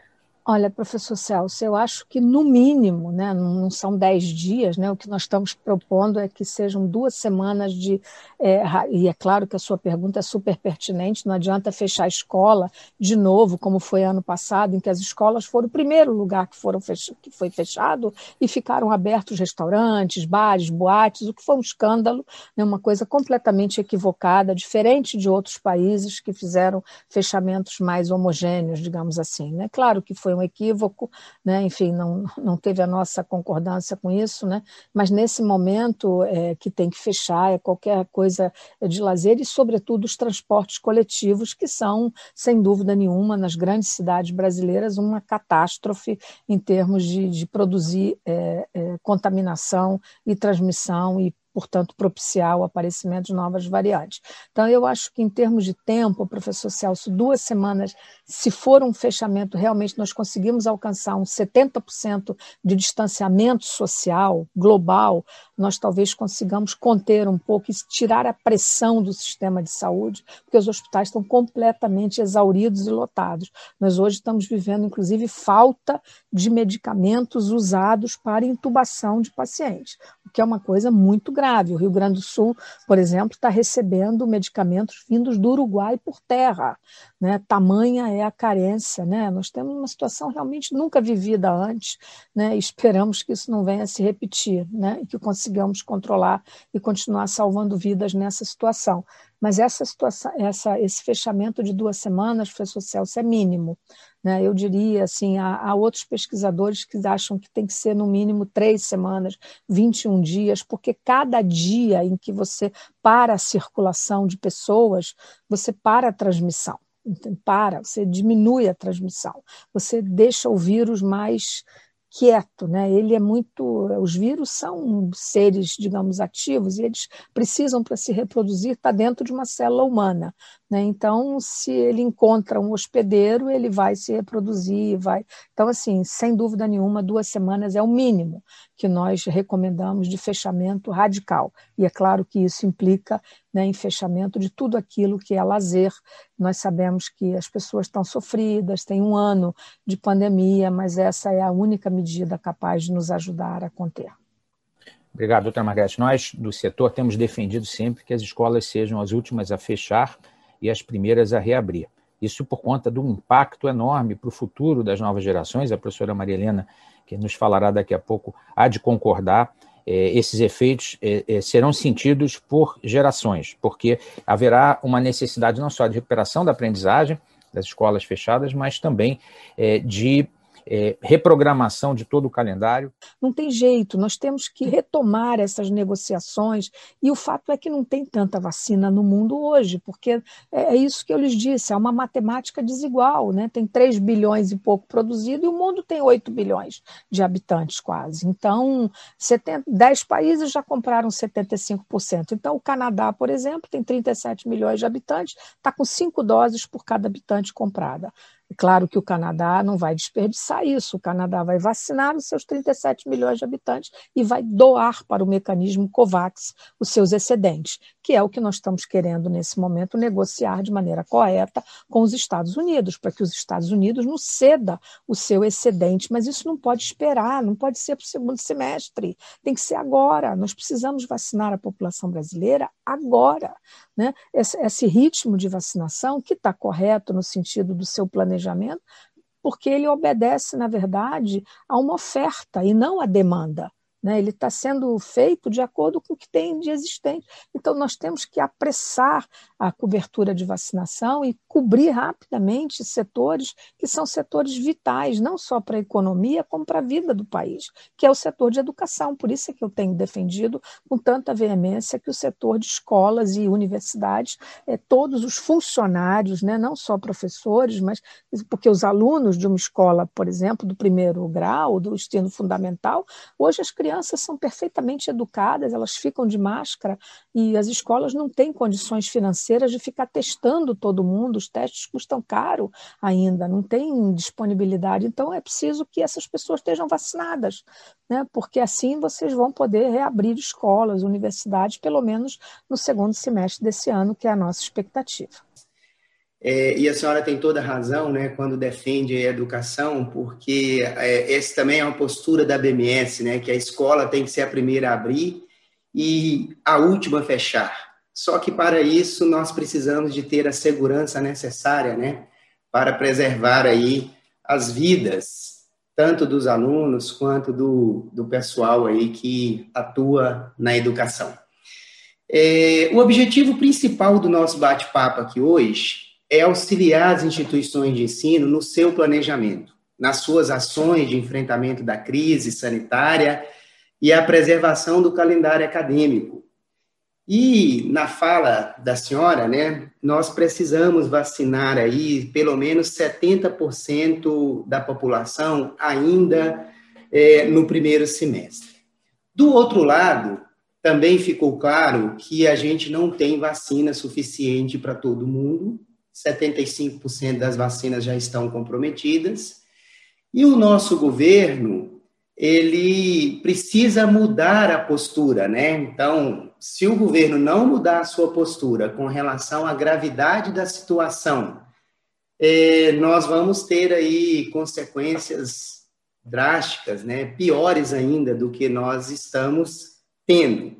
Speaker 4: Olha, professor Celso, eu acho que no mínimo, né, não são dez dias, né, o que nós estamos propondo é que sejam duas semanas de, é, e é claro que a sua pergunta é super pertinente, não adianta fechar a escola de novo, como foi ano passado, em que as escolas foram o primeiro lugar que, foram fech- que foi fechado e ficaram abertos restaurantes, bares, boates, o que foi um escândalo, né, uma coisa completamente equivocada, diferente de outros países que fizeram fechamentos mais homogêneos, digamos assim, né? Claro que foi um equívoco, né? Enfim, não, não teve a nossa concordância com isso, né? Mas nesse momento é, que tem que fechar é qualquer coisa de lazer e, sobretudo, os transportes coletivos, que são, sem dúvida nenhuma, nas grandes cidades brasileiras, uma catástrofe em termos de, de produzir é, é, contaminação e transmissão e portanto, propiciar o aparecimento de novas variantes. Então, eu acho que, em termos de tempo, professor Celso, duas semanas, se for um fechamento, realmente nós conseguimos alcançar uns setenta por cento de distanciamento social global, nós talvez consigamos conter um pouco e tirar a pressão do sistema de saúde, porque os hospitais estão completamente exauridos e lotados. Nós hoje estamos vivendo, inclusive, falta de medicamentos usados para intubação de pacientes, o que é uma coisa muito grave. O Rio Grande do Sul, por exemplo, está recebendo medicamentos vindos do Uruguai por terra, né? Tamanha é a carência, né? Nós temos uma situação realmente nunca vivida antes, né? E esperamos que isso não venha a se repetir, né? E que consigamos controlar e continuar salvando vidas nessa situação. Mas essa situação, essa, esse fechamento de duas semanas, professor Celso, é mínimo, né? Eu diria, assim, há, há outros pesquisadores que acham que tem que ser no mínimo três semanas, vinte e um dias, porque cada dia em que você para a circulação de pessoas, você para a transmissão. Para, você diminui a transmissão, você deixa o vírus mais quieto, né? Ele é muito, os vírus são seres, digamos, ativos e eles precisam, para se reproduzir, estar dentro de uma célula humana, né? Então, se ele encontra um hospedeiro, ele vai se reproduzir, vai. Então, assim, sem dúvida nenhuma, duas semanas é o mínimo que nós recomendamos de fechamento radical. E é claro que isso implica, né, em fechamento de tudo aquilo que é lazer. Nós sabemos que as pessoas estão sofridas, tem um ano de pandemia, mas essa é a única medida capaz de nos ajudar a conter.
Speaker 2: Obrigado, doutora Margarete. Nós, do setor, temos defendido sempre que as escolas sejam as últimas a fechar e as primeiras a reabrir. Isso por conta do impacto enorme para o futuro das novas gerações. A professora Maria Helena, que nos falará daqui a pouco, há de concordar. Eh, esses efeitos eh, eh, serão sentidos por gerações, porque haverá uma necessidade não só de recuperação da aprendizagem das escolas fechadas, mas também eh, de É, reprogramação de todo o calendário.
Speaker 4: Não tem jeito, nós temos que retomar essas negociações, e o fato é que não tem tanta vacina no mundo hoje, porque é isso que eu lhes disse, é uma matemática desigual, né? Tem três bilhões e pouco produzido e o mundo tem oito bilhões de habitantes quase. Então, setenta, dez países já compraram setenta e cinco por cento. Então, o Canadá, por exemplo, tem trinta e sete milhões de habitantes, está com cinco doses por cada habitante comprada. É claro que o Canadá não vai desperdiçar isso, o Canadá vai vacinar os seus trinta e sete milhões de habitantes e vai doar para o mecanismo COVAX os seus excedentes, que é o que nós estamos querendo nesse momento negociar de maneira correta com os Estados Unidos, para que os Estados Unidos não ceda o seu excedente, mas isso não pode esperar, não pode ser para o segundo semestre, tem que ser agora, nós precisamos vacinar a população brasileira agora, né? Esse, esse ritmo de vacinação que está correto no sentido do seu planejamento, porque ele obedece, na verdade, a uma oferta e não à demanda, né? Ele está sendo feito de acordo com o que tem de existente. Então, nós temos que apressar a cobertura de vacinação e cobrir rapidamente setores que são setores vitais, não só para a economia, como para a vida do país, que é o setor de educação. Por isso é que eu tenho defendido com tanta veemência que o setor de escolas e universidades, é, todos os funcionários, né, não só professores, mas porque os alunos de uma escola, por exemplo, do primeiro grau, do ensino fundamental, hoje as crianças crianças são perfeitamente educadas, elas ficam de máscara e as escolas não têm condições financeiras de ficar testando todo mundo, os testes custam caro ainda, não tem disponibilidade, então é preciso que essas pessoas estejam vacinadas, né? Porque assim vocês vão poder reabrir escolas, universidades, pelo menos no segundo semestre desse ano, que é a nossa expectativa.
Speaker 5: É, e a senhora tem toda a razão, né, quando defende a educação, porque é, essa também é uma postura da B M S, né, que a escola tem que ser a primeira a abrir e a última a fechar. Só que para isso nós precisamos de ter a segurança necessária, né, para preservar aí as vidas, tanto dos alunos quanto do, do pessoal aí que atua na educação. É, o objetivo principal do nosso bate-papo aqui hoje é auxiliar as instituições de ensino no seu planejamento, nas suas ações de enfrentamento da crise sanitária e a preservação do calendário acadêmico. E, na fala da senhora, né, nós precisamos vacinar aí pelo menos setenta por cento da população ainda é, no primeiro semestre. Do outro lado, também ficou claro que a gente não tem vacina suficiente para todo mundo, setenta e cinco por cento das vacinas já estão comprometidas, e o nosso governo, ele precisa mudar a postura, né? Então, se o governo não mudar a sua postura com relação à gravidade da situação, é, nós vamos ter aí consequências drásticas, né? Piores ainda do que nós estamos tendo.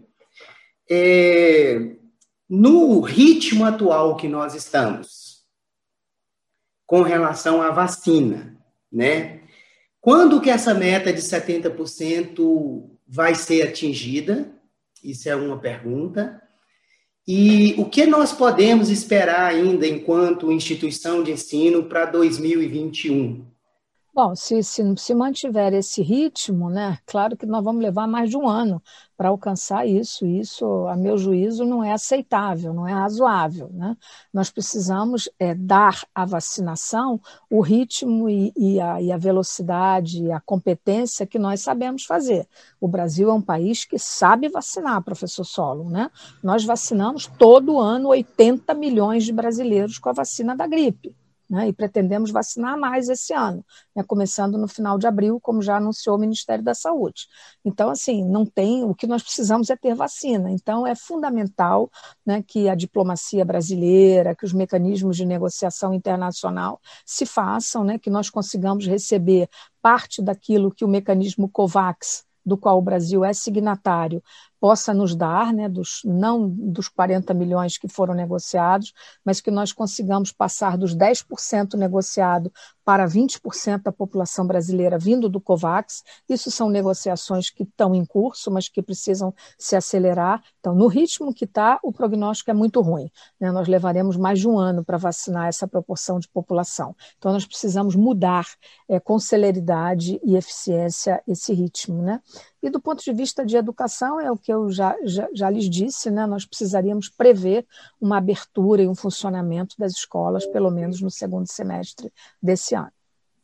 Speaker 5: É, no ritmo atual que nós estamos, com relação à vacina, né? Quando que essa meta de setenta por cento vai ser atingida? Isso é uma pergunta. E o que nós podemos esperar ainda enquanto instituição de ensino para dois mil e vinte e um?
Speaker 4: Bom, se, se, se mantiver esse ritmo, né, claro que nós vamos levar mais de um ano para alcançar isso. Isso, a meu juízo, não é aceitável, não é razoável, né? Nós precisamos é, dar à vacinação o ritmo e, e, a, e a velocidade, a competência que nós sabemos fazer. O Brasil é um país que sabe vacinar, professor Solon, né? Nós vacinamos todo ano oitenta milhões de brasileiros com a vacina da gripe. Né, e pretendemos vacinar mais esse ano, né, começando no final de abril, como já anunciou o Ministério da Saúde. Então, assim, não tem, o que nós precisamos é ter vacina. Então, é fundamental, né, que a diplomacia brasileira, que os mecanismos de negociação internacional se façam, né, que nós consigamos receber parte daquilo que o mecanismo COVAX, do qual o Brasil é signatário, possa nos dar, né, dos, não dos quarenta milhões que foram negociados, mas que nós consigamos passar dos dez por cento negociado para vinte por cento da população brasileira vindo do COVAX. Isso são negociações que estão em curso, mas que precisam se acelerar. Então, no ritmo que está, o prognóstico é muito ruim, né? Nós levaremos mais de um ano para vacinar essa proporção de população. Então, nós precisamos mudar é, com celeridade e eficiência esse ritmo, né? E do ponto de vista de educação, é o que eu já, já, já lhes disse, né? Nós precisaríamos prever uma abertura e um funcionamento das escolas, pelo menos no segundo semestre desse ano.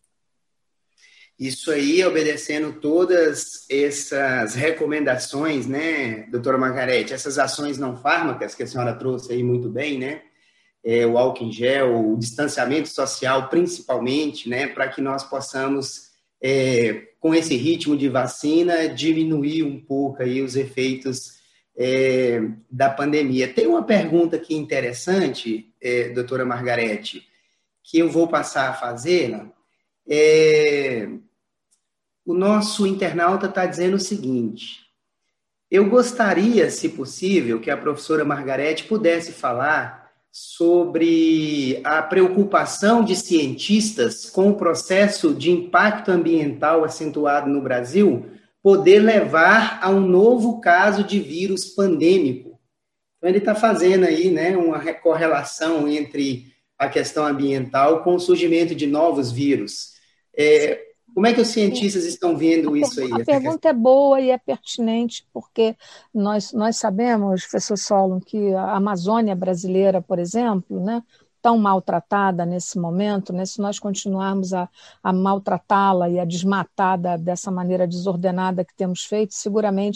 Speaker 5: Isso aí, obedecendo todas essas recomendações, né, doutora Margarete, essas ações não fármacas que a senhora trouxe aí muito bem, né? É, o álcool em gel, o distanciamento social, principalmente, né, para que nós possamos... É, com esse ritmo de vacina, diminuir um pouco aí os efeitos é, da pandemia. Tem uma pergunta aqui interessante, é, doutora Margarete, que eu vou passar a fazê-la. É, o nosso internauta está dizendo o seguinte: eu gostaria, se possível, que a professora Margarete pudesse falar sobre a preocupação de cientistas com o processo de impacto ambiental acentuado no Brasil poder levar a um novo caso de vírus pandêmico. Então, ele está fazendo aí, né, uma correlação entre a questão ambiental com o surgimento de novos vírus. É, como é que os cientistas estão vendo isso aí?
Speaker 4: A pergunta é boa e é pertinente, porque nós, nós sabemos, professor Solon, que a Amazônia brasileira, por exemplo, né, tão maltratada nesse momento, né, se nós continuarmos a, a maltratá-la e a desmatar da, dessa maneira desordenada que temos feito, seguramente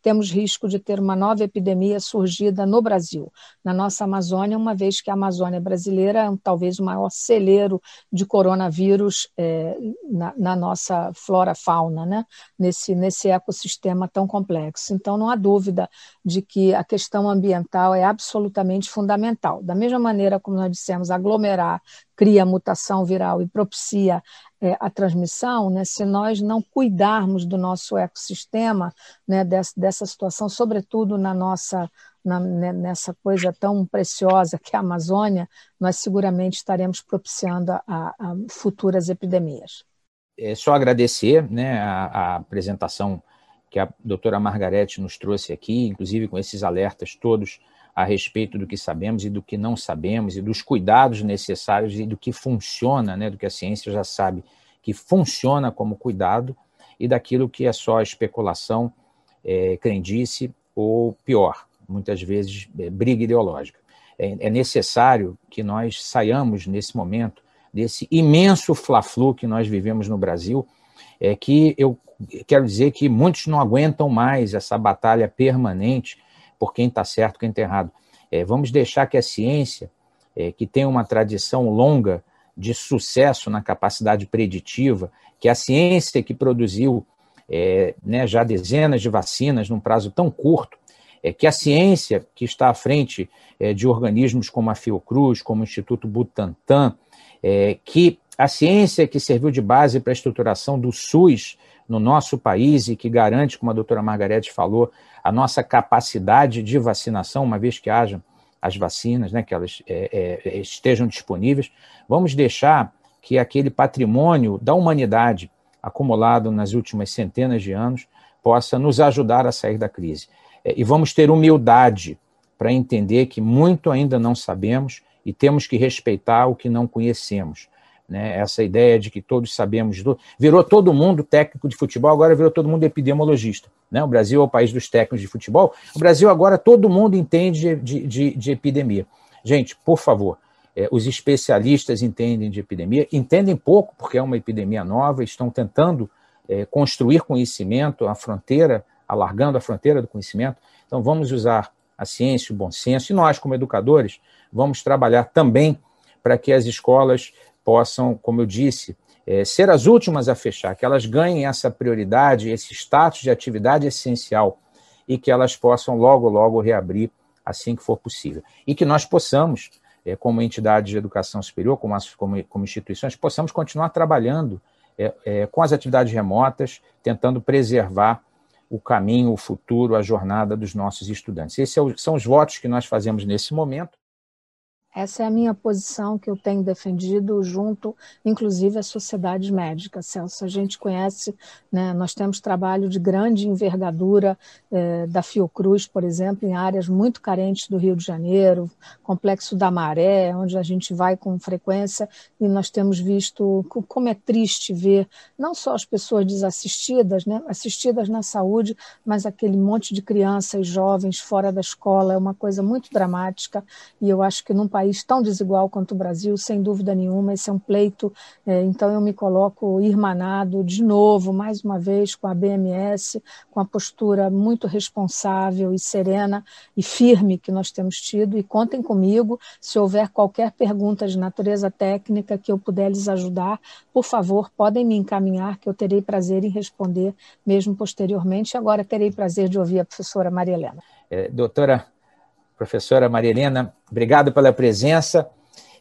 Speaker 4: temos risco de ter uma nova epidemia surgida no Brasil, na nossa Amazônia, uma vez que a Amazônia brasileira é talvez o maior celeiro de coronavírus é, na, na nossa flora-fauna, né? nesse, nesse ecossistema tão complexo. Então, não há dúvida de que a questão ambiental é absolutamente fundamental. Da mesma maneira como nós dissemos, aglomerar cria mutação viral e propicia é, a transmissão, né, se nós não cuidarmos do nosso ecossistema, né, dessa, dessa situação, sobretudo na nossa, na, nessa coisa tão preciosa que é a Amazônia, nós seguramente estaremos propiciando a, a futuras epidemias.
Speaker 2: É só agradecer, né, a, a apresentação que a doutora Margarete nos trouxe aqui, inclusive com esses alertas todos a respeito do que sabemos e do que não sabemos, e dos cuidados necessários e do que funciona, né, do que a ciência já sabe que funciona como cuidado, e daquilo que é só especulação, é, crendice ou pior, muitas vezes é, briga ideológica. É, é necessário que nós saiamos nesse momento desse imenso fla-flu que nós vivemos no Brasil, é que eu quero dizer que muitos não aguentam mais essa batalha permanente por quem está certo, quem está errado. É, vamos deixar que a ciência, é, que tem uma tradição longa de sucesso na capacidade preditiva, que a ciência que produziu é, né, já dezenas de vacinas num prazo tão curto, é, que a ciência que está à frente é, de organismos como a Fiocruz, como o Instituto Butantan, é, que a ciência que serviu de base para a estruturação do SUS no nosso país e que garante, como a doutora Margarete falou, a nossa capacidade de vacinação, uma vez que hajam as vacinas, né, que elas é, é, estejam disponíveis, vamos deixar que aquele patrimônio da humanidade acumulado nas últimas centenas de anos possa nos ajudar a sair da crise. É, e vamos ter humildade para entender que muito ainda não sabemos e temos que respeitar o que não conhecemos. Né, essa ideia de que todos sabemos, virou todo mundo técnico de futebol, agora virou todo mundo epidemiologista. Né? O Brasil é o país dos técnicos de futebol, o Brasil agora todo mundo entende de, de, de epidemia. Gente, por favor, é, os especialistas entendem de epidemia, entendem pouco porque é uma epidemia nova, estão tentando é, construir conhecimento, a fronteira, alargando a fronteira do conhecimento. Então vamos usar a ciência, o bom senso, e nós como educadores vamos trabalhar também para que as escolas possam, como eu disse, é, ser as últimas a fechar, que elas ganhem essa prioridade, esse status de atividade essencial e que elas possam logo, logo reabrir assim que for possível. E que nós possamos, é, como entidade de educação superior, como, as, como, como instituições, possamos continuar trabalhando é, é, com as atividades remotas, tentando preservar o caminho, o futuro, a jornada dos nossos estudantes. Esses são os votos que nós fazemos nesse momento.
Speaker 4: Essa é a minha posição que eu tenho defendido junto, inclusive, às sociedades médicas, Celso. A gente conhece, né, nós temos trabalho de grande envergadura eh, da Fiocruz, por exemplo, em áreas muito carentes do Rio de Janeiro, Complexo da Maré, onde a gente vai com frequência, e nós temos visto como é triste ver não só as pessoas desassistidas, né, assistidas na saúde, mas aquele monte de crianças e jovens fora da escola, é uma coisa muito dramática, e eu acho que num país tão desigual quanto o Brasil, sem dúvida nenhuma, esse é um pleito, é, então eu me coloco irmanado de novo, mais uma vez, com a B M S, com a postura muito responsável e serena e firme que nós temos tido, e contem comigo, se houver qualquer pergunta de natureza técnica que eu puder lhes ajudar, por favor, podem me encaminhar, que eu terei prazer em responder, mesmo posteriormente. Agora terei prazer de ouvir a professora Maria Helena.
Speaker 2: É, doutora Professora Maria Helena, obrigado pela presença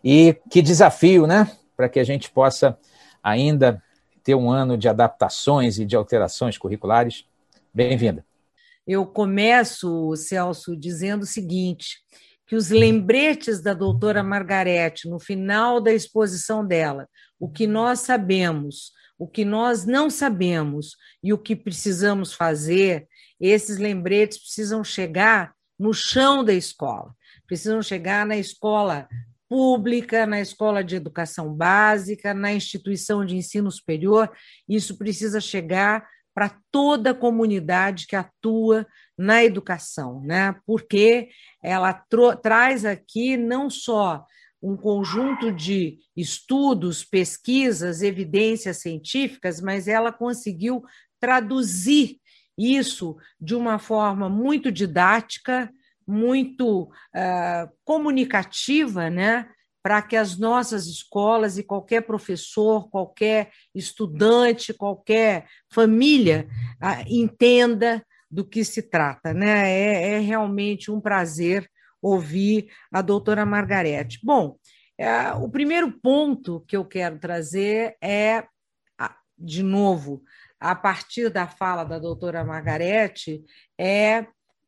Speaker 2: e que desafio, né, para que a gente possa ainda ter um ano de adaptações e de alterações curriculares. Bem-vinda.
Speaker 3: Eu começo, Celso, dizendo o seguinte, que os lembretes da doutora Margarete, no final da exposição dela, o que nós sabemos, o que nós não sabemos e o que precisamos fazer, esses lembretes precisam chegar no chão da escola, precisam chegar na escola pública, na escola de educação básica, na instituição de ensino superior, isso precisa chegar para toda a comunidade que atua na educação, né? Porque ela traz aqui não só um conjunto de estudos, pesquisas, evidências científicas, mas ela conseguiu traduzir isso de uma forma muito didática, muito uh, comunicativa, né? Para que as nossas escolas e qualquer professor, qualquer estudante, qualquer família uh, entenda do que se trata, né? É, é realmente um prazer ouvir a doutora Margarete. Bom, é, o primeiro ponto que eu quero trazer é, de novo, a partir da fala da doutora Margarete, é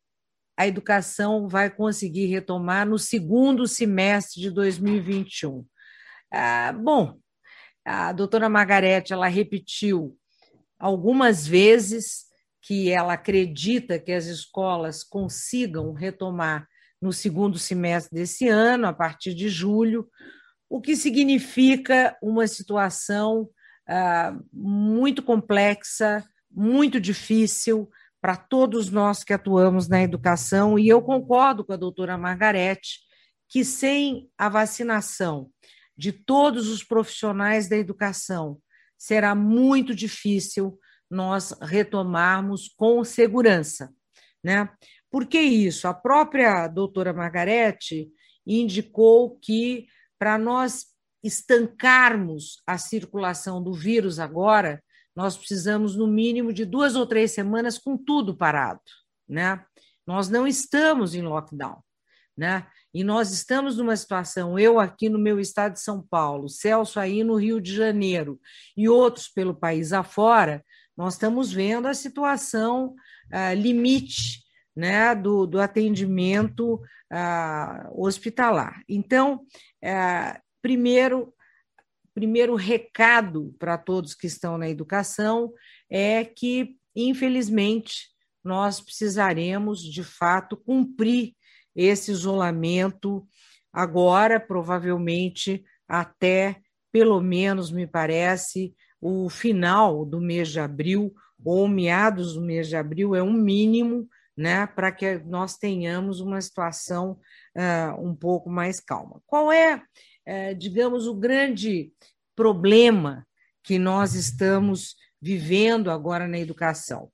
Speaker 3: a educação vai conseguir retomar no segundo semestre de dois mil e vinte e um. Ah, bom, a doutora Margarete, ela repetiu algumas vezes que ela acredita que as escolas consigam retomar no segundo semestre desse ano, a partir de julho, o que significa uma situação ah, muito complexa, muito difícil para todos nós que atuamos na educação, e eu concordo com a doutora Margarete que sem a vacinação de todos os profissionais da educação, será muito difícil nós retomarmos com segurança, né? Por que isso? A própria doutora Margarete indicou que para nós estancarmos a circulação do vírus agora, nós precisamos, no mínimo, de duas ou três semanas com tudo parado, né? Nós não estamos em lockdown, né? E nós estamos numa situação, eu aqui no meu estado de São Paulo, Celso aí no Rio de Janeiro e outros pelo país afora, nós estamos vendo a situação ah, limite, né, do, do atendimento ah, hospitalar. Então, ah, primeiro, primeiro recado para todos que estão na educação é que, infelizmente, nós precisaremos, de fato, cumprir esse isolamento agora, provavelmente até, pelo menos, me parece, o final do mês de abril, ou meados do mês de abril, é um mínimo, né, para que nós tenhamos uma situação uh, um pouco mais calma. Qual é, uh, digamos, o grande problema que nós estamos vivendo agora na educação?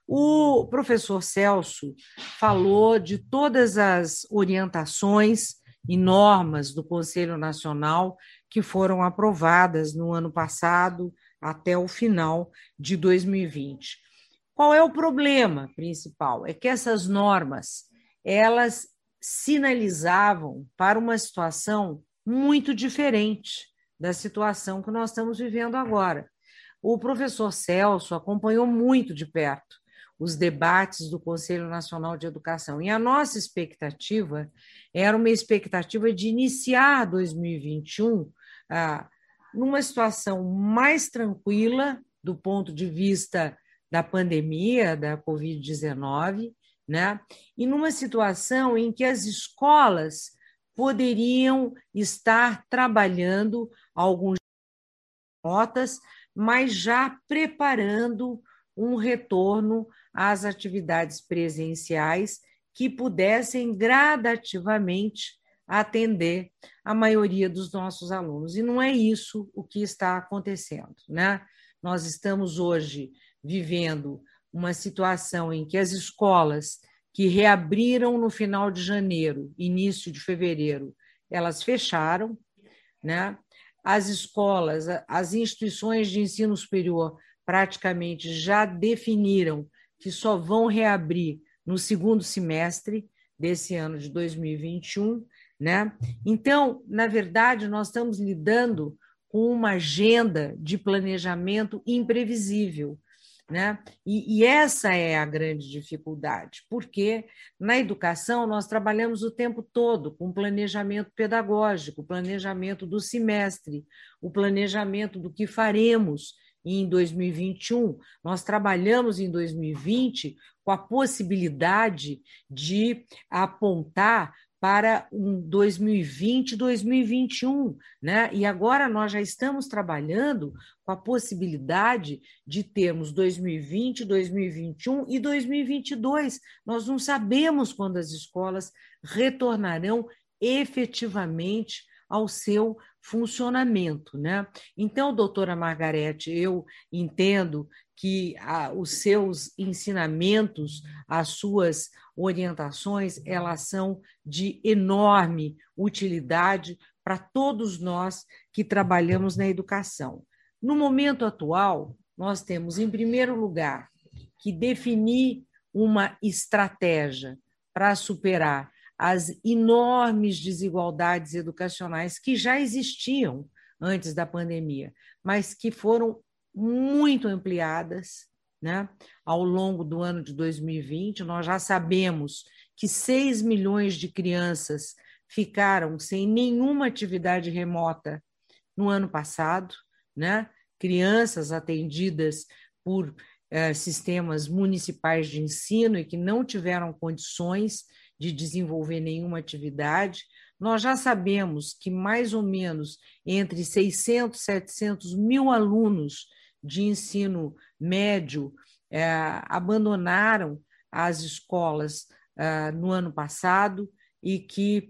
Speaker 3: O professor Celso falou de todas as orientações e normas do Conselho Nacional que foram aprovadas no ano passado até o final de dois mil e vinte. Qual é o problema principal? É que essas normas, elas sinalizavam para uma situação muito diferente da situação que nós estamos vivendo agora. O professor Celso acompanhou muito de perto os debates do Conselho Nacional de Educação, e a nossa expectativa era uma expectativa de iniciar dois mil e vinte e um ah, numa situação mais tranquila do ponto de vista da pandemia, da covid dezenove, né? E numa situação em que as escolas poderiam estar trabalhando alguns notas, mas já preparando um retorno às atividades presenciais que pudessem gradativamente atender a maioria dos nossos alunos. E não é isso o que está acontecendo, né? Nós estamos hoje vivendo uma situação em que as escolas que reabriram no final de janeiro, início de fevereiro, elas fecharam, né? As escolas, as instituições de ensino superior praticamente já definiram que só vão reabrir no segundo semestre desse ano de dois mil e vinte e um, né? Então, na verdade, nós estamos lidando com uma agenda de planejamento imprevisível, né? E, e essa é a grande dificuldade, porque na educação nós trabalhamos o tempo todo com planejamento pedagógico, planejamento do semestre, o planejamento do que faremos em dois mil e vinte e um. Nós trabalhamos em dois mil e vinte com a possibilidade de apontar para um dois mil e vinte, dois mil e vinte e um, né? E agora nós já estamos trabalhando com a possibilidade de termos dois mil e vinte, dois mil e vinte e um e dois mil e vinte e dois. Nós não sabemos quando as escolas retornarão efetivamente ao seu funcionamento, né? Então, doutora Margarete, eu entendo que a, os seus ensinamentos, as suas orientações, elas são de enorme utilidade para todos nós que trabalhamos na educação. No momento atual, nós temos, em primeiro lugar, que definir uma estratégia para superar as enormes desigualdades educacionais que já existiam antes da pandemia, mas que foram muito ampliadas, né? Ao longo do ano de dois mil e vinte. Nós já sabemos que seis milhões de crianças ficaram sem nenhuma atividade remota no ano passado, né? Crianças atendidas por eh, sistemas municipais de ensino e que não tiveram condições de desenvolver nenhuma atividade. Nós já sabemos que mais ou menos entre seiscentos e setecentos mil alunos de ensino médio eh, abandonaram as escolas eh, no ano passado e que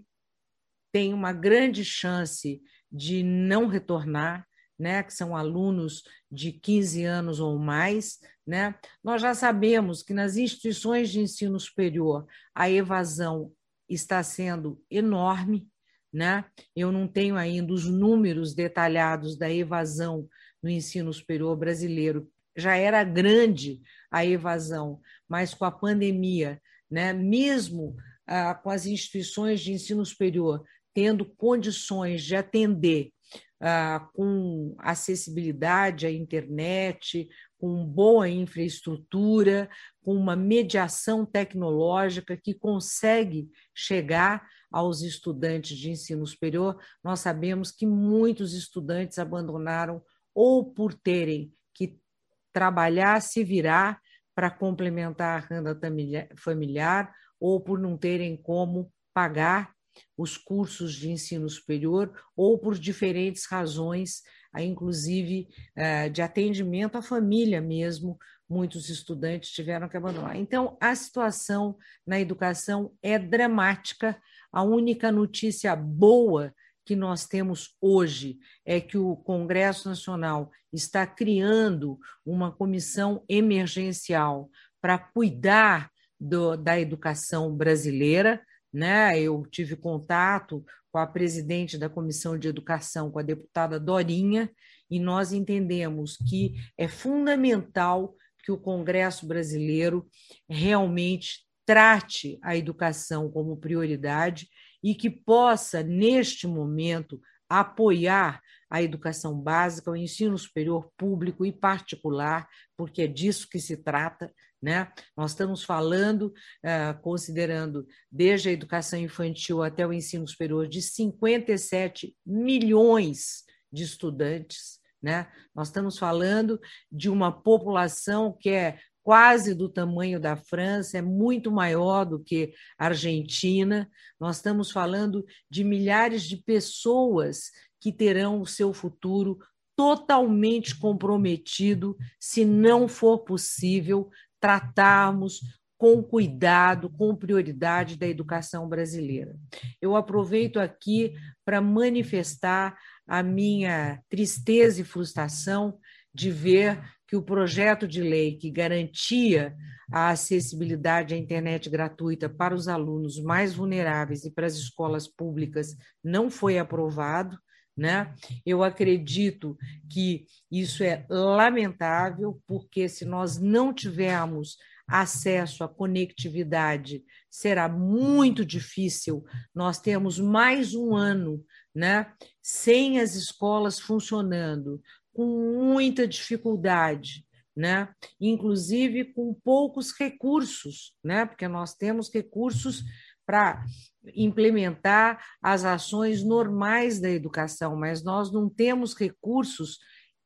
Speaker 3: tem uma grande chance de não retornar, né, que são alunos de quinze anos ou mais, né? Nós já sabemos que nas instituições de ensino superior a evasão está sendo enorme, né? Eu não tenho ainda os números detalhados da evasão no ensino superior brasileiro. Já era grande a evasão, mas com a pandemia, né, mesmo ah, com as instituições de ensino superior tendo condições de atender ah, com acessibilidade à internet, com boa infraestrutura, com uma mediação tecnológica que consegue chegar aos estudantes de ensino superior, nós sabemos que muitos estudantes abandonaram ou por terem que trabalhar, se virar para complementar a renda familiar, ou por não terem como pagar os cursos de ensino superior, ou por diferentes razões, inclusive de atendimento à família mesmo, muitos estudantes tiveram que abandonar. Então, a situação na educação é dramática. A única notícia boa que nós temos hoje é que o Congresso Nacional está criando uma comissão emergencial para cuidar do, da educação brasileira, né? Eu tive contato com a presidente da Comissão de Educação, com a deputada Dorinha, e nós entendemos que é fundamental que o Congresso brasileiro realmente trate a educação como prioridade e que possa, neste momento, apoiar a educação básica, o ensino superior público e particular, porque é disso que se trata, né? Nós estamos falando, uh, considerando desde a educação infantil até o ensino superior, de cinquenta e sete milhões de estudantes, né? Nós estamos falando de uma população que é quase do tamanho da França, é muito maior do que a Argentina. Nós estamos falando de milhares de pessoas que terão o seu futuro totalmente comprometido se não for possível tratarmos com cuidado, com prioridade da educação brasileira. Eu aproveito aqui para manifestar a minha tristeza e frustração de ver que o projeto de lei que garantia a acessibilidade à internet gratuita para os alunos mais vulneráveis e para as escolas públicas não foi aprovado, né? Eu acredito que isso é lamentável, porque se nós não tivermos acesso à conectividade, será muito difícil nós termos mais um ano, né, sem as escolas funcionando, com muita dificuldade, né? Inclusive com poucos recursos, né? Porque nós temos recursos para implementar as ações normais da educação, mas nós não temos recursos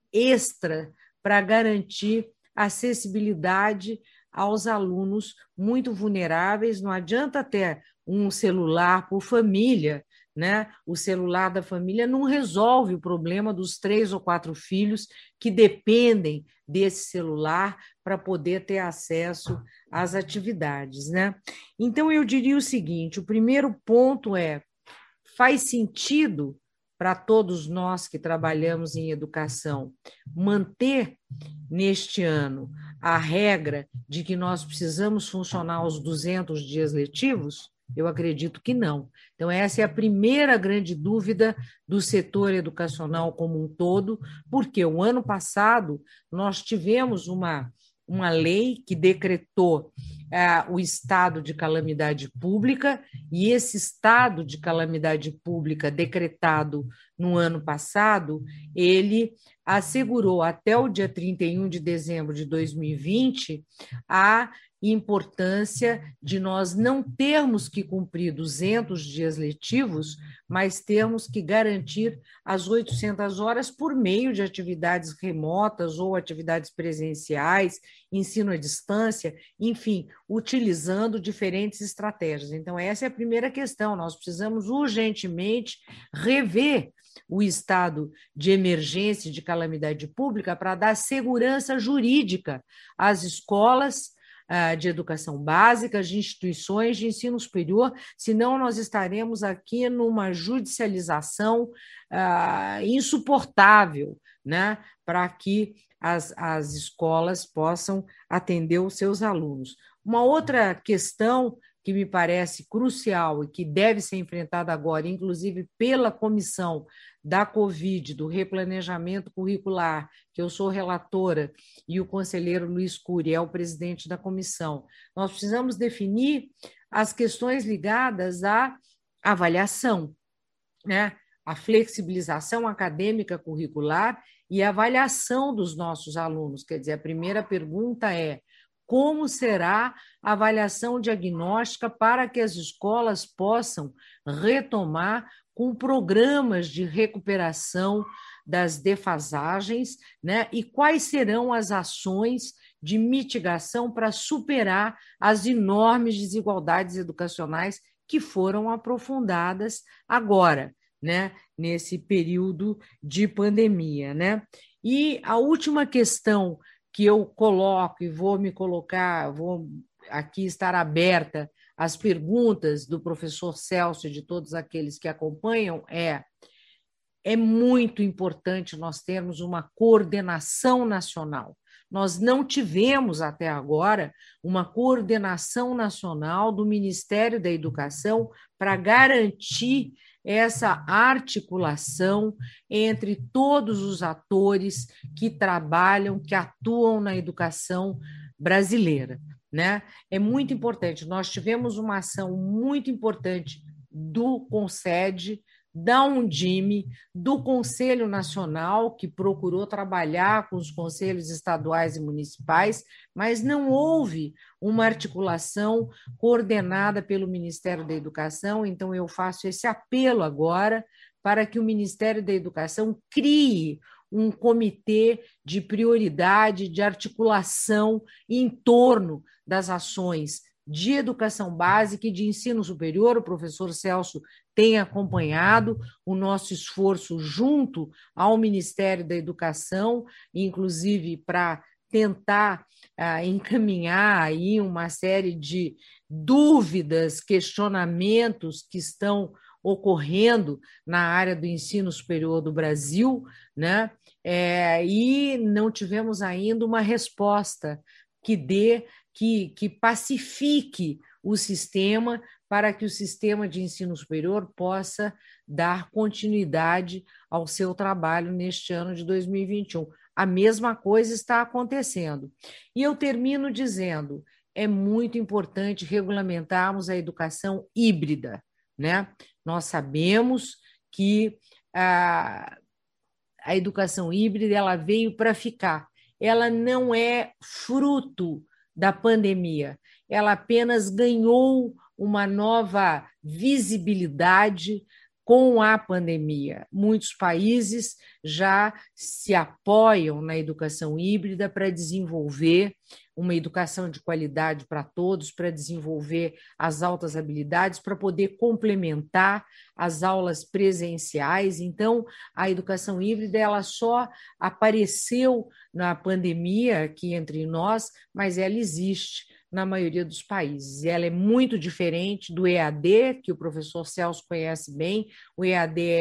Speaker 3: extra para garantir acessibilidade aos alunos muito vulneráveis. Não adianta ter um celular por família, né? O celular da família não resolve o problema dos três ou quatro filhos que dependem desse celular para poder ter acesso às atividades, né? Então, eu diria o seguinte: o primeiro ponto é: faz sentido para todos nós que trabalhamos em educação, manter neste ano a regra de que nós precisamos funcionar aos duzentos dias letivos? Eu acredito que não. Então, essa é a primeira grande dúvida do setor educacional como um todo, porque o ano passado nós tivemos uma, uma lei que decretou é, o estado de calamidade pública, e esse estado de calamidade pública decretado no ano passado, ele assegurou até o dia trinta e um de dezembro de dois mil e vinte a importância de nós não termos que cumprir duzentos dias letivos, mas termos que garantir as oitocentas horas por meio de atividades remotas ou atividades presenciais, ensino à distância, enfim, utilizando diferentes estratégias. Então, essa é a primeira questão. Nós precisamos urgentemente rever o estado de emergência e de calamidade pública para dar segurança jurídica às escolas de educação básica, de instituições de ensino superior, senão nós estaremos aqui numa judicialização uh, insuportável, né, para que as, as escolas possam atender os seus alunos. Uma outra questão que me parece crucial e que deve ser enfrentada agora, inclusive pela comissão da Covid, do replanejamento curricular, que eu sou relatora, e o conselheiro Luiz Cury é o presidente da comissão. Nós precisamos definir as questões ligadas à avaliação, né? A flexibilização acadêmica curricular e a avaliação dos nossos alunos. Quer dizer, a primeira pergunta é: como será a avaliação diagnóstica para que as escolas possam retomar com programas de recuperação das defasagens, né? E quais serão as ações de mitigação para superar as enormes desigualdades educacionais que foram aprofundadas agora, né? Nesse período de pandemia, né? E a última questão que eu coloco e vou me colocar, vou aqui estar aberta às perguntas do professor Celso e de todos aqueles que acompanham, é, é muito importante nós termos uma coordenação nacional. Nós não tivemos até agora uma coordenação nacional do Ministério da Educação para garantir essa articulação entre todos os atores que trabalham, que atuam na educação brasileira, né? É muito importante. Nós tivemos uma ação muito importante do CONSED, da Undime, do Conselho Nacional, que procurou trabalhar com os conselhos estaduais e municipais, mas não houve uma articulação coordenada pelo Ministério da Educação. Então, eu faço esse apelo agora para que o Ministério da Educação crie um comitê de prioridade, de articulação em torno das ações de educação básica e de ensino superior. O professor Celso tem acompanhado o nosso esforço junto ao Ministério da Educação, inclusive para tentar ah, encaminhar aí uma série de dúvidas, questionamentos que estão ocorrendo na área do ensino superior do Brasil, né? É, e não tivemos ainda uma resposta que dê, que, que pacifique o sistema para que o sistema de ensino superior possa dar continuidade ao seu trabalho neste ano de dois mil e vinte e um. A mesma coisa está acontecendo. E eu termino dizendo, é muito importante regulamentarmos a educação híbrida, né? Nós sabemos que a, a educação híbrida ela veio para ficar. Ela não é fruto da pandemia, ela apenas ganhou uma nova visibilidade com a pandemia. Muitos países já se apoiam na educação híbrida para desenvolver uma educação de qualidade para todos, para desenvolver as altas habilidades, para poder complementar as aulas presenciais. Então, a educação híbrida ela só apareceu na pandemia aqui entre nós, mas ela existe na maioria dos países. Ela é muito diferente do E A D, que o professor Celso conhece bem. O E A D é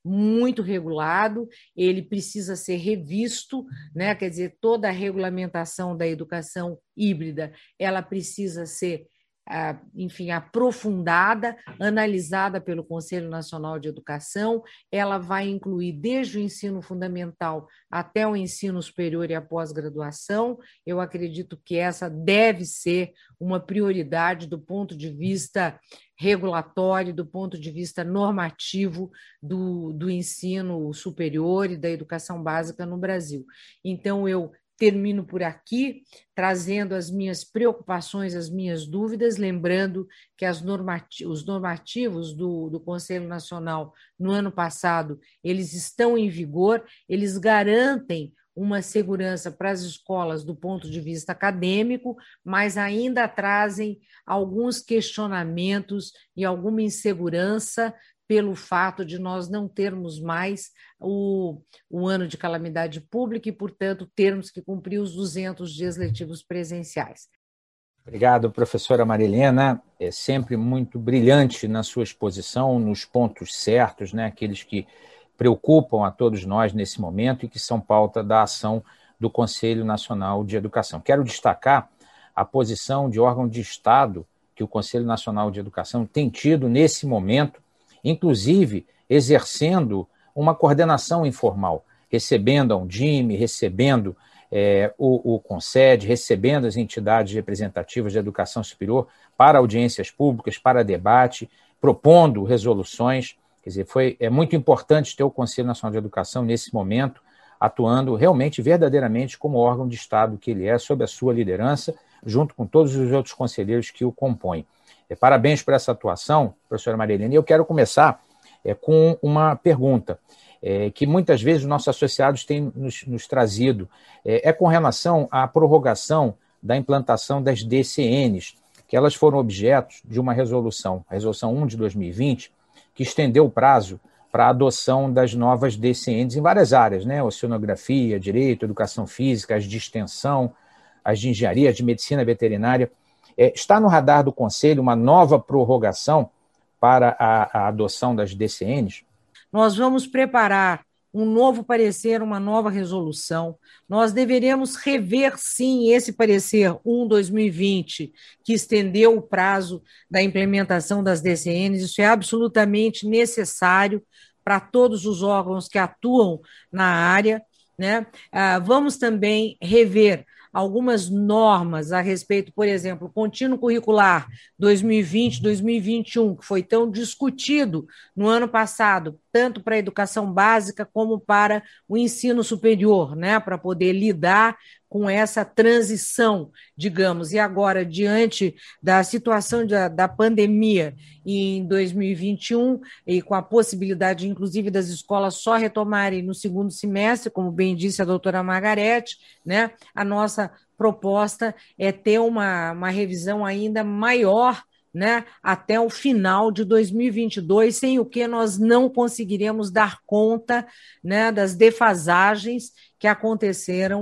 Speaker 3: muito regulado, ele precisa ser revisto, né? Quer dizer, toda a regulamentação da educação híbrida, ela precisa ser, enfim, aprofundada, analisada pelo Conselho Nacional de Educação. Ela vai incluir desde o ensino fundamental até o ensino superior e a pós-graduação. Eu acredito que essa deve ser uma prioridade do ponto de vista regulatório, do ponto de vista normativo do, do ensino superior e da educação básica no Brasil. Então, eu termino por aqui, trazendo as minhas preocupações, as minhas dúvidas, lembrando que as normati- os normativos do, do Conselho Nacional no ano passado, eles estão em vigor, eles garantem uma segurança para as escolas do ponto de vista acadêmico, mas ainda trazem alguns questionamentos e alguma insegurança pelo fato de nós não termos mais o, o ano de calamidade pública e, portanto, termos que cumprir os duzentos dias letivos presenciais.
Speaker 2: Obrigado, professora Marilena. É sempre muito brilhante na sua exposição, nos pontos certos, né, aqueles que preocupam a todos nós nesse momento e que são pauta da ação do Conselho Nacional de Educação. Quero destacar a posição de órgão de Estado que o Conselho Nacional de Educação tem tido nesse momento, inclusive exercendo uma coordenação informal, recebendo a Undime, recebendo é, o, o CONSED, recebendo as entidades representativas de educação superior para audiências públicas, para debate, propondo resoluções. Quer dizer, foi, é muito importante ter o Conselho Nacional de Educação nesse momento, atuando realmente, verdadeiramente, como órgão de Estado que ele é, sob a sua liderança, junto com todos os outros conselheiros que o compõem. É, parabéns por essa atuação, professora Marilena. E eu quero começar é, com uma pergunta é, que muitas vezes os nossos associados têm nos, nos trazido. É, é com relação à prorrogação da implantação das D C Ns, que elas foram objetos de uma resolução, a resolução um de dois mil e vinte, que estendeu o prazo para a adoção das novas D C Ns em várias áreas, né? Oceanografia, direito, educação física, as de extensão, as de engenharia, as de medicina veterinária. É, está no radar do Conselho uma nova prorrogação para a, a adoção das D C Ns?
Speaker 3: Nós vamos preparar um novo parecer, uma nova resolução. Nós deveremos rever, sim, esse parecer um de dois mil e vinte, que estendeu o prazo da implementação das D C Ns. Isso é absolutamente necessário para todos os órgãos que atuam na área, né? Ah, vamos também rever algumas normas a respeito, por exemplo, contínuo curricular dois mil e vinte, dois mil e vinte e um, que foi tão discutido no ano passado, tanto para a educação básica como para o ensino superior, né, para poder lidar com essa transição, digamos. E agora, diante da situação da, da pandemia em dois mil e vinte e um, e com a possibilidade, inclusive, das escolas só retomarem no segundo semestre, como bem disse a doutora Margarete, né, a nossa proposta é ter uma, uma revisão ainda maior, né, até o final de dois mil e vinte e dois, sem o que nós não conseguiremos dar conta, né, das defasagens que aconteceram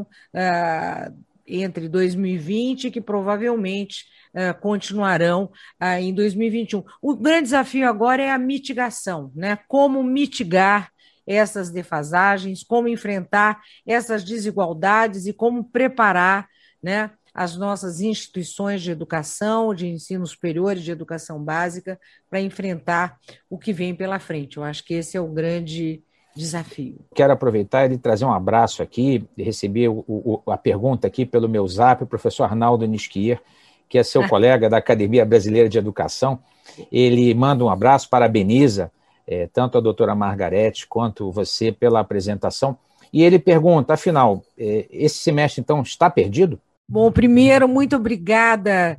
Speaker 3: uh, entre dois mil e vinte e que provavelmente uh, continuarão uh, em dois mil e vinte e um. O grande desafio agora é a mitigação, né? Como mitigar essas defasagens, como enfrentar essas desigualdades e como preparar, né, as nossas instituições de educação, de ensino superior e de educação básica para enfrentar o que vem pela frente. Eu acho que esse é o grande desafio.
Speaker 2: Quero aproveitar e trazer um abraço aqui, receber o, o, a pergunta aqui pelo meu zap, o professor Arnaldo Nisquier, que é seu colega da Academia Brasileira de Educação. Ele manda um abraço, parabeniza é, tanto a doutora Margarete quanto você pela apresentação. E ele pergunta, afinal, é, esse semestre, então, está perdido?
Speaker 3: Bom, primeiro, muito obrigada,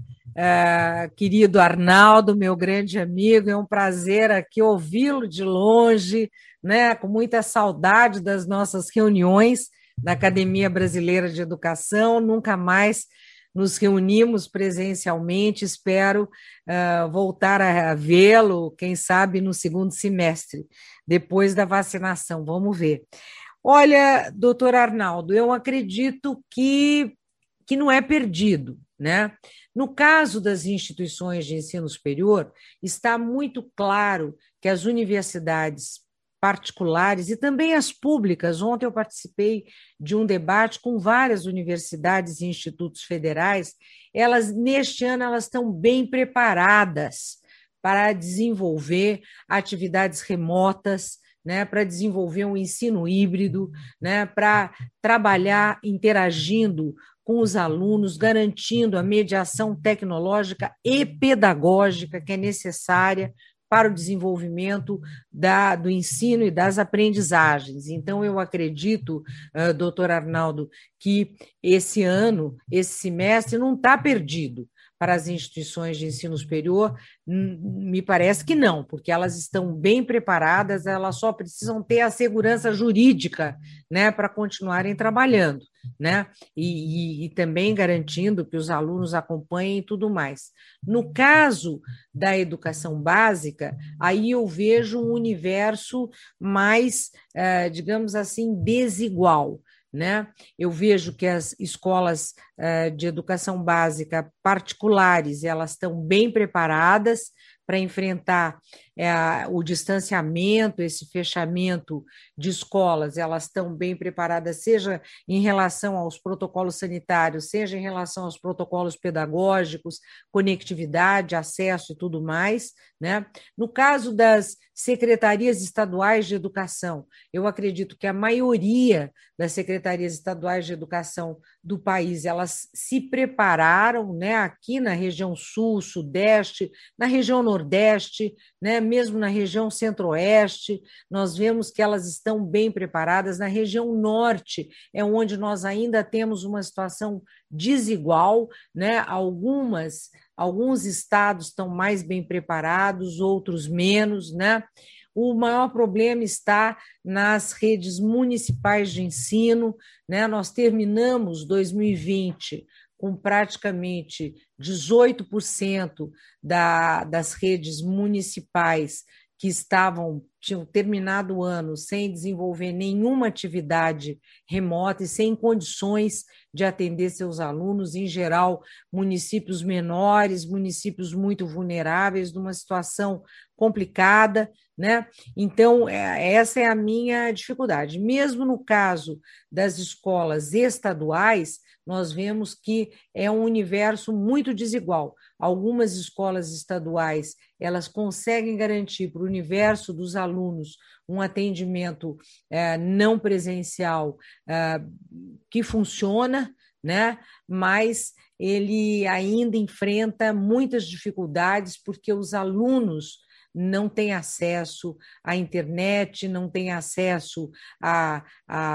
Speaker 3: uh, querido Arnaldo, meu grande amigo. É um prazer aqui ouvi-lo de longe, né, com muita saudade das nossas reuniões da Academia Brasileira de Educação. Nunca mais nos reunimos presencialmente. Espero uh, voltar a vê-lo, quem sabe, no segundo semestre, depois da vacinação. Vamos ver. Olha, doutor Arnaldo, eu acredito que que não é perdido, né? No caso das instituições de ensino superior, está muito claro que as universidades particulares e também as públicas. Ontem eu participei de um debate com várias universidades e institutos federais. Elas, neste ano, elas estão bem preparadas para desenvolver atividades remotas, né, para desenvolver um ensino híbrido, né, para trabalhar interagindo com os alunos, garantindo a mediação tecnológica e pedagógica que é necessária para o desenvolvimento da, do ensino e das aprendizagens. Então, eu acredito, uh, doutor Arnaldo, que esse ano, esse semestre, não está perdido para as instituições de ensino superior. Me parece que não, porque elas estão bem preparadas, elas só precisam ter a segurança jurídica, né, para continuarem trabalhando, né, e, e, e também garantindo que os alunos acompanhem e tudo mais. No caso da educação básica, aí eu vejo um universo mais, eh, digamos assim, desigual. Né? Eu vejo que as escolas uh, de educação básica particulares, elas estão bem preparadas para enfrentar é, o distanciamento, esse fechamento de escolas, elas estão bem preparadas, seja em relação aos protocolos sanitários, seja em relação aos protocolos pedagógicos, conectividade, acesso e tudo mais, né? No caso das secretarias estaduais de educação, eu acredito que a maioria das secretarias estaduais de educação do país, elas se prepararam, né, aqui na região sul, sudeste, na região nordeste, né, mesmo na região centro-oeste, nós vemos que elas estão bem preparadas. Na região norte é onde nós ainda temos uma situação desigual, né, algumas, alguns estados estão mais bem preparados, outros menos, né? O maior problema está nas redes municipais de ensino, né? Nós terminamos dois mil e vinte com praticamente dezoito por cento da, das redes municipais que estavam, tinham terminado o ano sem desenvolver nenhuma atividade remota e sem condições de atender seus alunos, em geral, municípios menores, municípios muito vulneráveis, numa situação complicada, né? Então, essa é a minha dificuldade. Mesmo no caso das escolas estaduais, nós vemos que é um universo muito desigual. Algumas escolas estaduais, elas conseguem garantir para o universo dos alunos um atendimento é, não presencial é, que funciona, né? Mas ele ainda enfrenta muitas dificuldades porque os alunos não têm acesso à internet, não têm acesso à,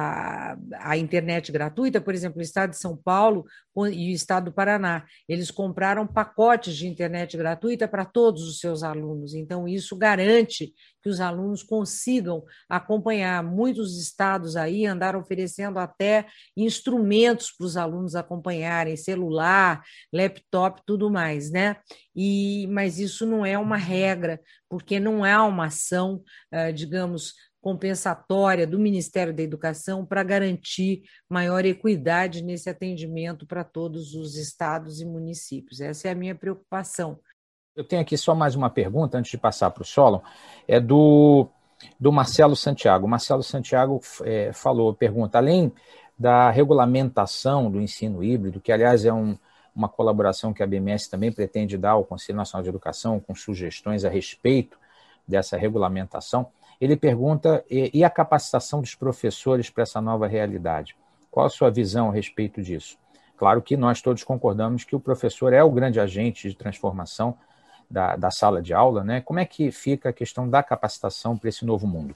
Speaker 3: à, à internet gratuita. Por exemplo, o Estado de São Paulo e o Estado do Paraná, eles compraram pacotes de internet gratuita para todos os seus alunos. Então, isso garante que os alunos consigam acompanhar. Muitos estados aí andaram oferecendo até instrumentos para os alunos acompanharem, celular, laptop, tudo mais, né? E, mas isso não é uma regra, porque não há uma ação, digamos, compensatória do Ministério da Educação para garantir maior equidade nesse atendimento para todos os estados e municípios. Essa é a minha preocupação.
Speaker 2: Eu tenho aqui só mais uma pergunta, antes de passar para o Solon, é do, do Marcelo Santiago. O Marcelo Santiago é, falou, pergunta, além da regulamentação do ensino híbrido, que, aliás, é um, uma colaboração que a B M S também pretende dar ao Conselho Nacional de Educação, com sugestões a respeito dessa regulamentação, ele pergunta, e, e a capacitação dos professores para essa nova realidade? Qual a sua visão a respeito disso? Claro que nós todos concordamos que o professor é o grande agente de transformação da, da sala de aula, né? Como é que fica a questão da capacitação para esse novo mundo?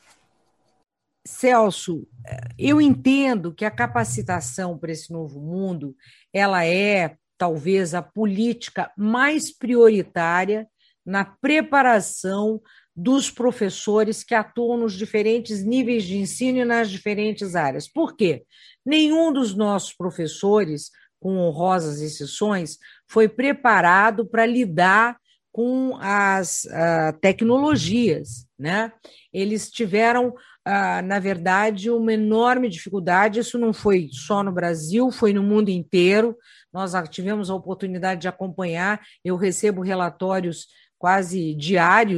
Speaker 3: Celso, eu entendo que a capacitação para esse novo mundo, ela é talvez a política mais prioritária na preparação dos professores que atuam nos diferentes níveis de ensino e nas diferentes áreas. Por quê? Nenhum dos nossos professores, com honrosas exceções, foi preparado para lidar com as uh, tecnologias, né? Eles tiveram, uh, na verdade, uma enorme dificuldade. Isso não foi só no Brasil, foi no mundo inteiro. Nós tivemos a oportunidade de acompanhar, eu recebo relatórios quase diários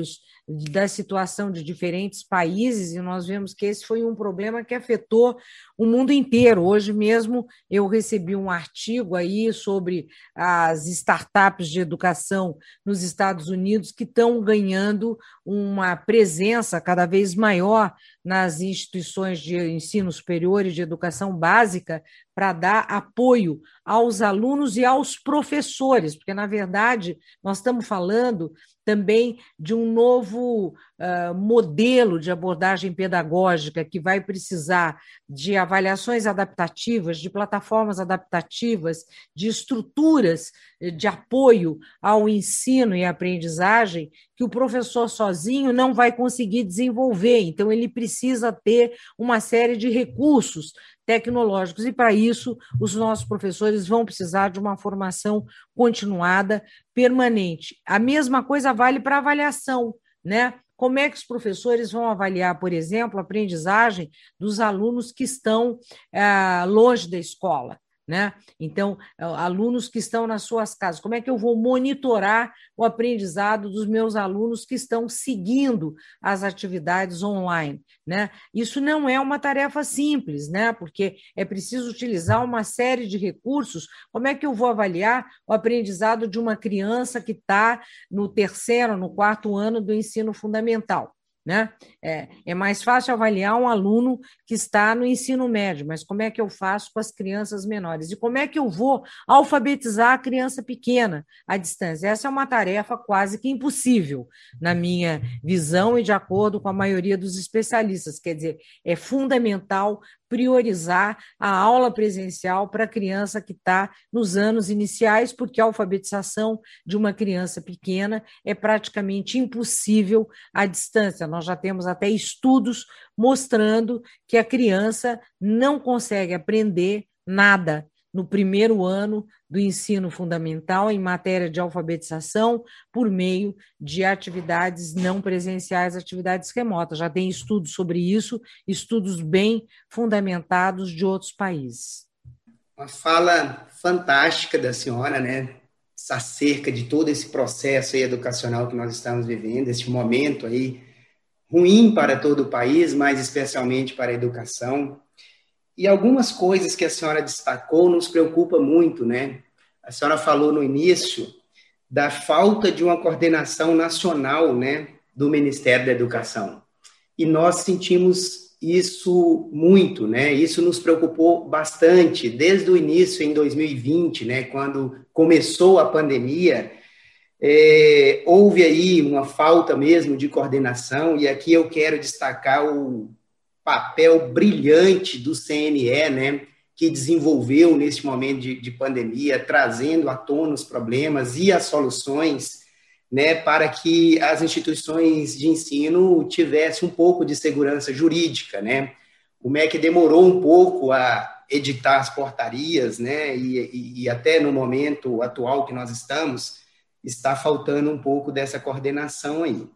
Speaker 3: da situação de diferentes países, e nós vemos que esse foi um problema que afetou o mundo inteiro. Hoje mesmo eu recebi um artigo aí sobre as startups de educação nos Estados Unidos que estão ganhando uma presença cada vez maior nas instituições de ensino superior e de educação básica para dar apoio aos alunos e aos professores, porque, na verdade, nós estamos falando também de um novo uh, modelo de abordagem pedagógica que vai precisar de avaliações adaptativas, de plataformas adaptativas, de estruturas de apoio ao ensino e aprendizagem que o professor sozinho não vai conseguir desenvolver. Então, ele precisa ter uma série de recursos tecnológicos, e para isso os nossos professores vão precisar de uma formação continuada, permanente. A mesma coisa vale para a avaliação, né? Como é que os professores vão avaliar, por exemplo, a aprendizagem dos alunos que estão ah, longe da escola, né? Então, alunos que estão nas suas casas, como é que eu vou monitorar o aprendizado dos meus alunos que estão seguindo as atividades online, né? Isso não é uma tarefa simples, né? Porque é preciso utilizar uma série de recursos. Como é que eu vou avaliar o aprendizado de uma criança que está no terceiro, no quarto ano do ensino fundamental? Né? É, é mais fácil avaliar um aluno que está no ensino médio, mas como é que eu faço com as crianças menores? E como é que eu vou alfabetizar a criança pequena à distância? Essa é uma tarefa quase que impossível, na minha visão e de acordo com a maioria dos especialistas. Quer dizer, é fundamental priorizar a aula presencial para a criança que está nos anos iniciais, porque a alfabetização de uma criança pequena é praticamente impossível à distância. Nós já temos até estudos mostrando que a criança não consegue aprender nada no primeiro ano do ensino fundamental em matéria de alfabetização por meio de atividades não presenciais, atividades remotas. Já tem estudos sobre isso, estudos bem fundamentados de outros países.
Speaker 5: Uma fala fantástica da senhora, né? Acerca de todo esse processo aí educacional que nós estamos vivendo, esse momento aí ruim para todo o país, mas especialmente para a educação. E algumas coisas que a senhora destacou nos preocupa muito, né? A senhora falou no início da falta de uma coordenação nacional, né, do Ministério da Educação. E nós sentimos isso muito, né? Isso nos preocupou bastante desde o início, em dois mil e vinte, né, quando começou a pandemia. É, houve aí uma falta mesmo de coordenação, e aqui eu quero destacar o papel brilhante do C N E, né, que desenvolveu nesse momento de, de pandemia, trazendo à tona os problemas e as soluções, né, para que as instituições de ensino tivessem um pouco de segurança jurídica, né. O M E C demorou um pouco a editar as portarias, né, e, e, e até no momento atual que nós estamos, está faltando um pouco dessa coordenação aí.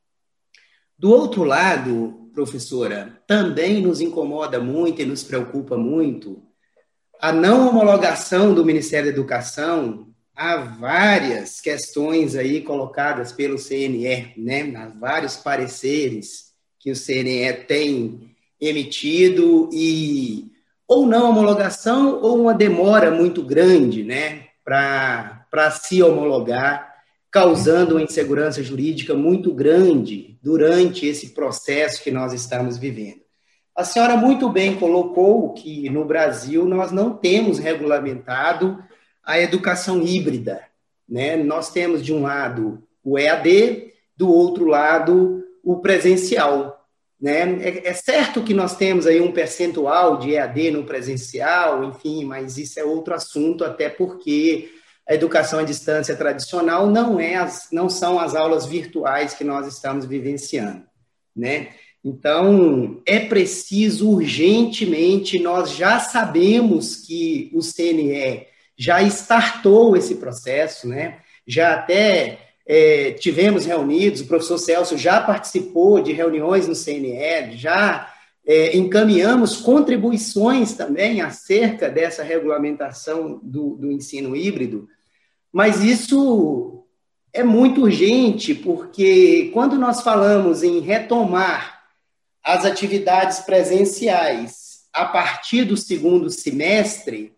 Speaker 5: Do outro lado, professora, também nos incomoda muito e nos preocupa muito a não homologação do Ministério da Educação a várias questões aí colocadas pelo C N E, né? Há vários pareceres que o C N E tem emitido e ou não homologação ou uma demora muito grande, né, para para se homologar, causando uma insegurança jurídica muito grande durante esse processo que nós estamos vivendo. A senhora muito bem colocou que no Brasil nós não temos regulamentado a educação híbrida, né? Nós temos de um lado o E A D, do outro lado o presencial, né? É, é certo que nós temos aí um percentual de E A D no presencial, enfim, mas isso é outro assunto, até porque a educação à distância tradicional não, é as, não são as aulas virtuais que nós estamos vivenciando, né? Então, é preciso urgentemente, nós já sabemos que o C N E já startou esse processo, né? Já até é, tivemos reunidos, o professor Celso já participou de reuniões no C N E, já é, encaminhamos contribuições também acerca dessa regulamentação do, do ensino híbrido, mas isso é muito urgente, porque quando nós falamos em retomar as atividades presenciais a partir do segundo semestre,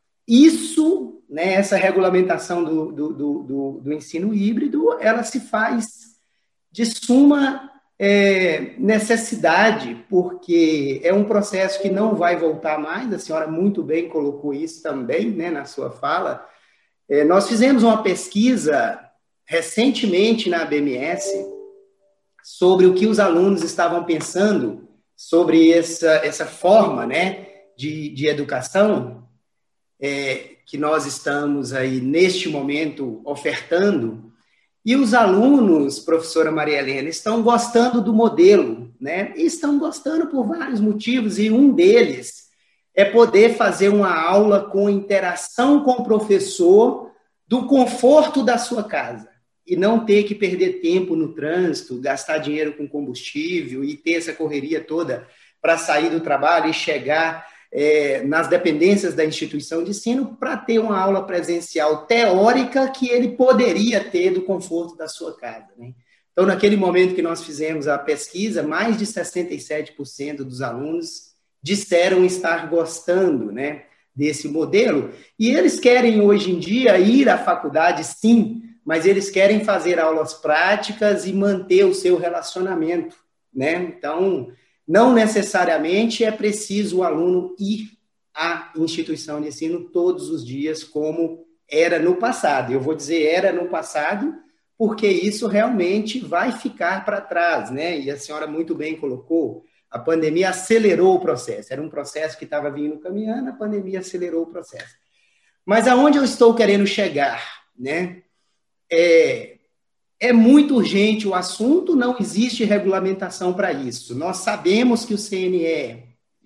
Speaker 5: isso, né, essa regulamentação do, do, do, do ensino híbrido, ela se faz de suma é, necessidade, porque é um processo que não vai voltar mais, a senhora muito bem colocou isso também, né, na sua fala. É, nós fizemos uma pesquisa recentemente na A B M S sobre o que os alunos estavam pensando sobre essa, essa forma, né, de, de educação é, que nós estamos aí, neste momento, ofertando. E os alunos, professora Maria Helena, estão gostando do modelo, né? E estão gostando por vários motivos, e um deles é poder fazer uma aula com interação com o professor do conforto da sua casa, e não ter que perder tempo no trânsito, gastar dinheiro com combustível e ter essa correria toda para sair do trabalho e chegar é, nas dependências da instituição de ensino para ter uma aula presencial teórica que ele poderia ter do conforto da sua casa, né? Então, naquele momento que nós fizemos a pesquisa, mais de sessenta e sete por cento dos alunos disseram estar gostando, né, desse modelo, e eles querem hoje em dia ir à faculdade, sim, mas eles querem fazer aulas práticas e manter o seu relacionamento, né? Então, não necessariamente é preciso o aluno ir à instituição de ensino todos os dias, como era no passado. Eu vou dizer era no passado, porque isso realmente vai ficar para trás, né? E a senhora muito bem colocou, a pandemia acelerou o processo. Era um processo que estava vindo caminhando, a pandemia acelerou o processo. Mas aonde eu estou querendo chegar, né? É, é muito urgente o assunto, não existe regulamentação para isso. Nós sabemos que o C N E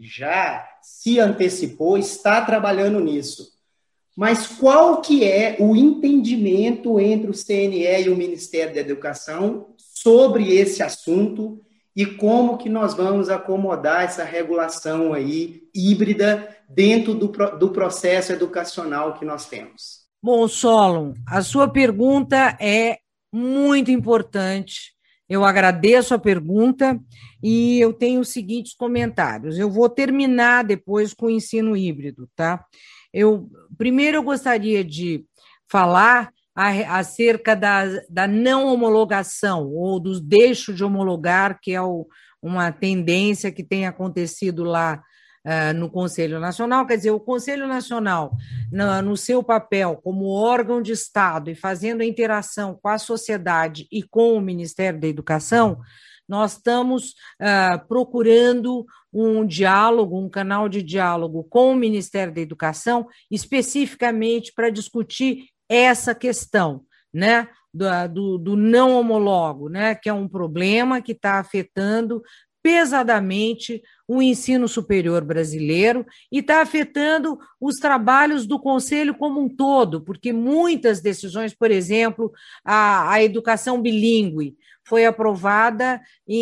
Speaker 5: já se antecipou, está trabalhando nisso. Mas qual que é o entendimento entre o C N E e o Ministério da Educação sobre esse assunto e como que nós vamos acomodar essa regulação aí híbrida dentro do, do processo educacional que nós temos?
Speaker 3: Bom, Solon, a sua pergunta é muito importante. Eu agradeço a pergunta e eu tenho os seguintes comentários. Eu vou terminar depois com o ensino híbrido, tá? Eu, primeiro, eu gostaria de falar a, acerca da, da não homologação ou dos deixos de homologar, que é o, uma tendência que tem acontecido lá Uh, no Conselho Nacional. Quer dizer, o Conselho Nacional, no, no seu papel como órgão de Estado e fazendo a interação com a sociedade e com o Ministério da Educação, nós estamos uh, procurando um diálogo, um canal de diálogo com o Ministério da Educação, especificamente para discutir essa questão, né, do, do, do não homologo, né, que é um problema que está afetando pesadamente o ensino superior brasileiro e está afetando os trabalhos do Conselho como um todo, porque muitas decisões, por exemplo, a, a educação bilíngue foi aprovada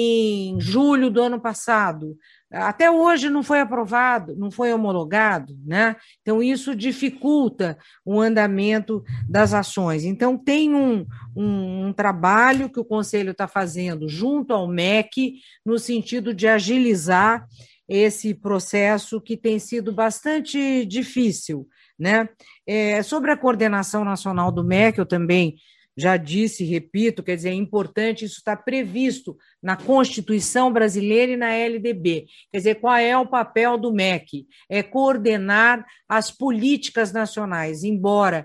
Speaker 3: em julho do ano passado, até hoje não foi aprovado, não foi homologado, né? Então, isso dificulta o andamento das ações. Então, tem um, um, um trabalho que o Conselho está fazendo junto ao M E C, no sentido de agilizar esse processo que tem sido bastante difícil, né? É, sobre a coordenação nacional do M E C, eu também já disse, repito, quer dizer, é importante, isso está previsto na Constituição brasileira e na L D B. Quer dizer, qual é o papel do M E C? É coordenar as políticas nacionais, embora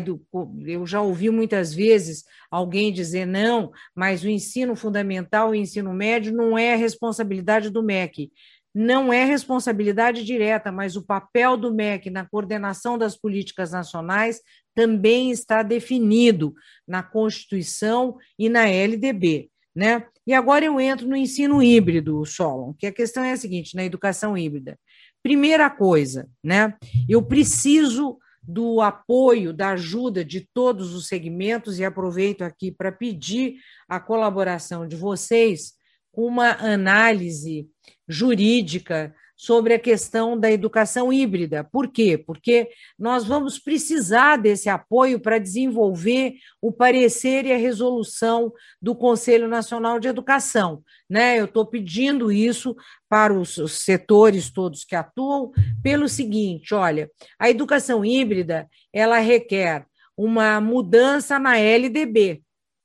Speaker 3: eu já ouvi muitas vezes alguém dizer não, mas o ensino fundamental e o ensino médio não é responsabilidade do M E C. Não é responsabilidade direta, mas o papel do M E C na coordenação das políticas nacionais também está definido na Constituição e na L D B, né? E agora eu entro no ensino híbrido, Solon, que a questão é a seguinte, na educação híbrida. Primeira coisa, né? Eu preciso do apoio, da ajuda de todos os segmentos e aproveito aqui para pedir a colaboração de vocês com uma análise jurídica sobre a questão da educação híbrida. Por quê? Porque nós vamos precisar desse apoio para desenvolver o parecer e a resolução do Conselho Nacional de Educação, né? Eu estou pedindo isso para os setores todos que atuam, pelo seguinte: olha, a educação híbrida, ela requer uma mudança na L D B,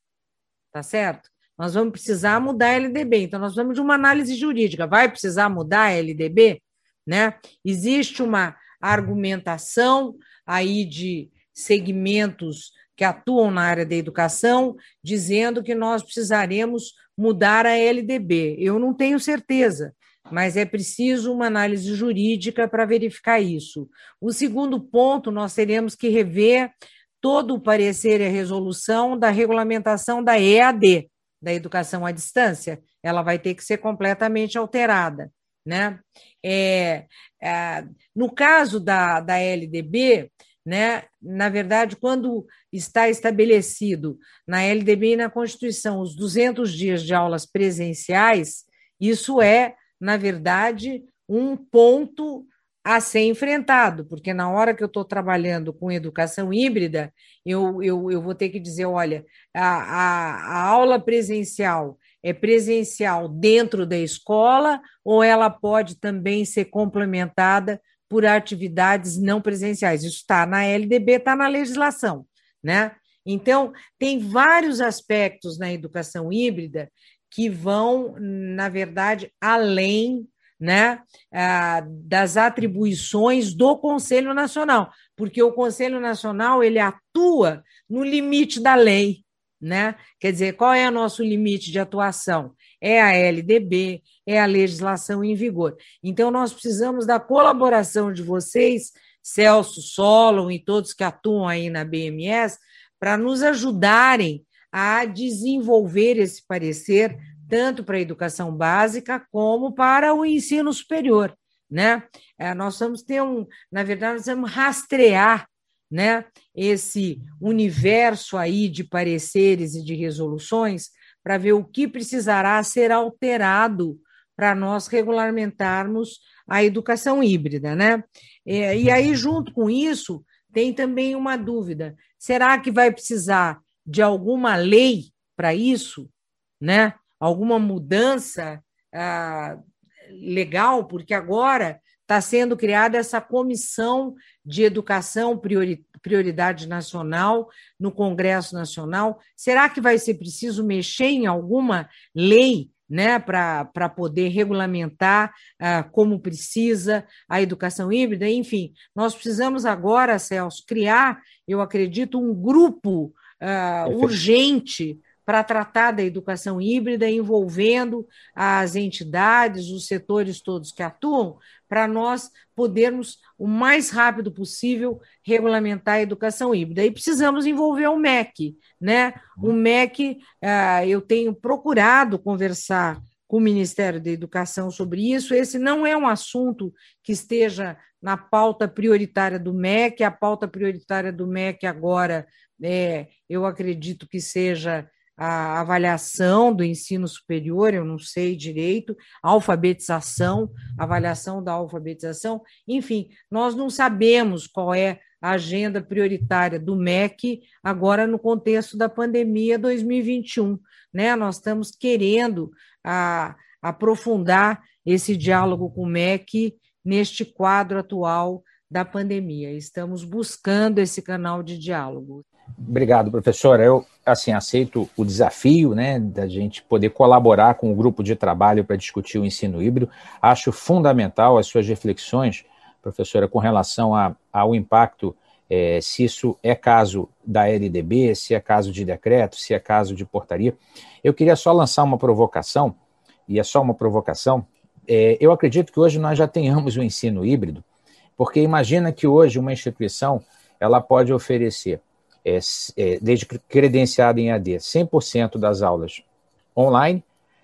Speaker 3: tá certo? Nós vamos precisar mudar a L D B, então nós vamos de uma análise jurídica. Vai precisar mudar a L D B? Né? Existe uma argumentação aí de segmentos que atuam na área da educação, dizendo que nós precisaremos mudar a L D B. Eu não tenho certeza, mas é preciso uma análise jurídica para verificar isso. O segundo ponto, nós teremos que rever todo o parecer e a resolução da regulamentação da E A D, da educação à distância. Ela vai ter que ser completamente alterada, né? É, é, no caso da, da L D B, né, na verdade, quando está estabelecido na L D B e na Constituição os duzentos dias de aulas presenciais, isso é, na verdade, um ponto a ser enfrentado, porque na hora que eu estou trabalhando com educação híbrida, eu, eu, eu vou ter que dizer, olha, a, a, a aula presencial é presencial dentro da escola ou ela pode também ser complementada por atividades não presenciais? Isso está na L D B, está na legislação, né? Então, tem vários aspectos na educação híbrida que vão, na verdade, além, né, das atribuições do Conselho Nacional, porque o Conselho Nacional ele atua no limite da lei, né? Quer dizer, qual é o nosso limite de atuação? É a L D B, é a legislação em vigor. Então, nós precisamos da colaboração de vocês, Celso, Solon e todos que atuam aí na B M S, para nos ajudarem a desenvolver esse parecer, tanto para a educação básica como para o ensino superior, né? É, nós vamos ter um, na verdade, nós vamos rastrear, né, esse universo aí de pareceres e de resoluções para ver o que precisará ser alterado para nós regulamentarmos a educação híbrida, né? É, e aí, junto com isso, tem também uma dúvida: será que vai precisar de alguma lei para isso, né? Alguma mudança ah, legal, porque agora está sendo criada essa comissão de educação priori, prioridade nacional no Congresso Nacional. Será que vai ser preciso mexer em alguma lei, né, para poder regulamentar ah, como precisa a educação híbrida? Enfim, nós precisamos agora, Celso, criar, eu acredito, um grupo ah, urgente para tratar da educação híbrida, envolvendo as entidades, os setores todos que atuam, para nós podermos, o mais rápido possível, regulamentar a educação híbrida. E precisamos envolver o M E C, né? O M E C, eu tenho procurado conversar com o Ministério da Educação sobre isso. Esse não é um assunto que esteja na pauta prioritária do M E C. A pauta prioritária do M E C agora, é, eu acredito que seja a avaliação do ensino superior, eu não sei direito, a alfabetização, avaliação da alfabetização, enfim, nós não sabemos qual é a agenda prioritária do M E C agora no contexto da pandemia dois mil e vinte e um, né? Nós estamos querendo a, aprofundar esse diálogo com o M E C neste quadro atual da pandemia. Estamos buscando esse canal de diálogo.
Speaker 2: Obrigado, professora. Eu, assim, aceito o desafio, né, da gente poder colaborar com o grupo de trabalho para discutir o ensino híbrido. Acho fundamental as suas reflexões, professora, com relação a, ao impacto, é, se isso é caso da L D B, se é caso de decreto, se é caso de portaria. Eu queria só lançar uma provocação, e é só uma provocação. É, eu acredito que hoje nós já tenhamos o ensino híbrido, porque imagina que hoje uma instituição ela pode oferecer, É, é, desde credenciado em E A D, cem por cento das aulas online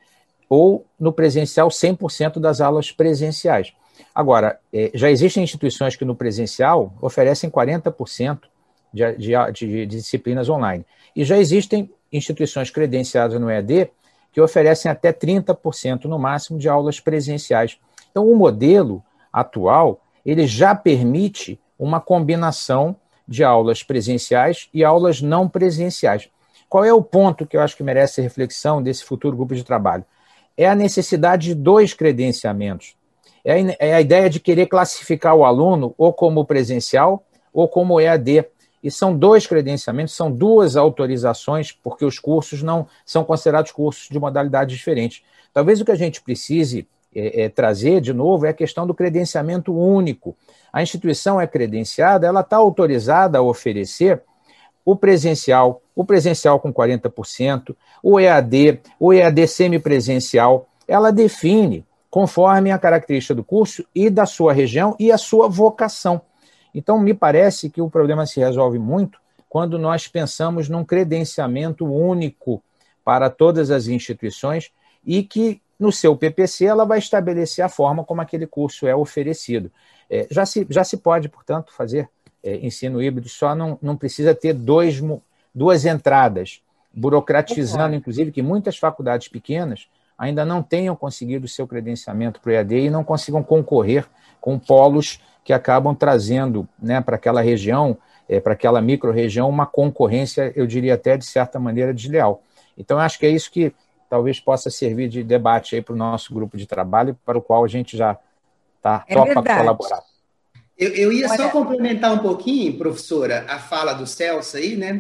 Speaker 2: ou no presencial cem por cento das aulas presenciais. Agora, é, já existem instituições que no presencial oferecem quarenta por cento de, de, de, de disciplinas online. E já existem instituições credenciadas no E A D que oferecem até trinta por cento no máximo de aulas presenciais. Então, o modelo atual, ele já permite uma combinação de aulas presenciais e aulas não presenciais. Qual é o ponto que eu acho que merece reflexão desse futuro grupo de trabalho? É a necessidade de dois credenciamentos. É a ideia de querer classificar o aluno ou como presencial ou como E A D. E são dois credenciamentos, são duas autorizações, porque os cursos não são considerados cursos de modalidades diferentes. Talvez o que a gente precise é, é, trazer, de novo, é a questão do credenciamento único. A instituição é credenciada, ela está autorizada a oferecer o presencial, o presencial com quarenta por cento, o E A D, o E A D semipresencial. Ela define conforme a característica do curso e da sua região e a sua vocação. Então, me parece que o problema se resolve muito quando nós pensamos num credenciamento único para todas as instituições e que, no seu P P C, ela vai estabelecer a forma como aquele curso é oferecido. É, já, se, já se pode, portanto, fazer é, ensino híbrido, só não, não precisa ter dois, duas entradas, burocratizando, inclusive, que muitas faculdades pequenas ainda não tenham conseguido o seu credenciamento para o E A D e não consigam concorrer com polos que acabam trazendo, né, para aquela região, é, para aquela micro-região, uma concorrência, eu diria até de certa maneira desleal. Então, eu acho que é isso que talvez possa servir de debate aí para o nosso grupo de trabalho, para o qual a gente já está
Speaker 3: é
Speaker 2: topa colaborar.
Speaker 5: Eu, eu ia
Speaker 3: Olha...
Speaker 5: só complementar um pouquinho, professora, a fala do Celso aí, né?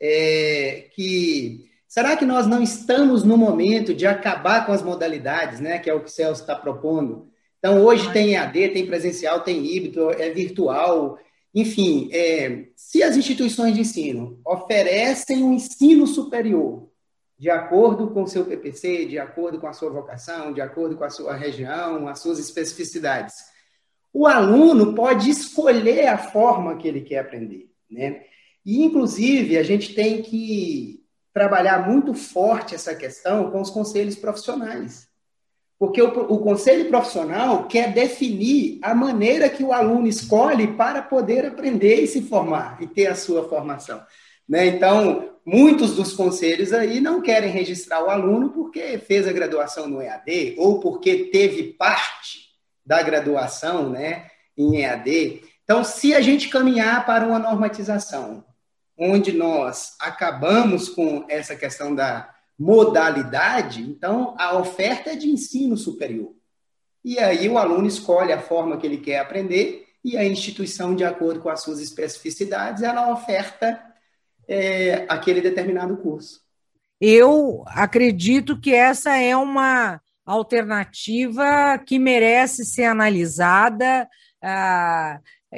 Speaker 5: É, que será que nós não estamos no momento de acabar com as modalidades, né? Que é o que o Celso está propondo. Então, hoje tem E A D, tem presencial, tem híbrido, é virtual, enfim, é, se as instituições de ensino oferecem um ensino superior de acordo com o seu P P C, de acordo com a sua vocação, de acordo com a sua região, as suas especificidades, o aluno pode escolher a forma que ele quer aprender, né? E, inclusive, a gente tem que trabalhar muito forte essa questão com os conselhos profissionais. Porque o, o conselho profissional quer definir a maneira que o aluno escolhe para poder aprender e se formar, e ter a sua formação, né? Então, muitos dos conselhos aí não querem registrar o aluno porque fez a graduação no E A D, ou porque teve parte da graduação, né, em E A D. Então, se a gente caminhar para uma normatização, onde nós acabamos com essa questão da modalidade, então a oferta é de ensino superior. E aí o aluno escolhe a forma que ele quer aprender e a instituição, de acordo com as suas especificidades, ela oferta é, aquele determinado curso.
Speaker 3: Eu acredito que essa é uma alternativa que merece ser analisada ah,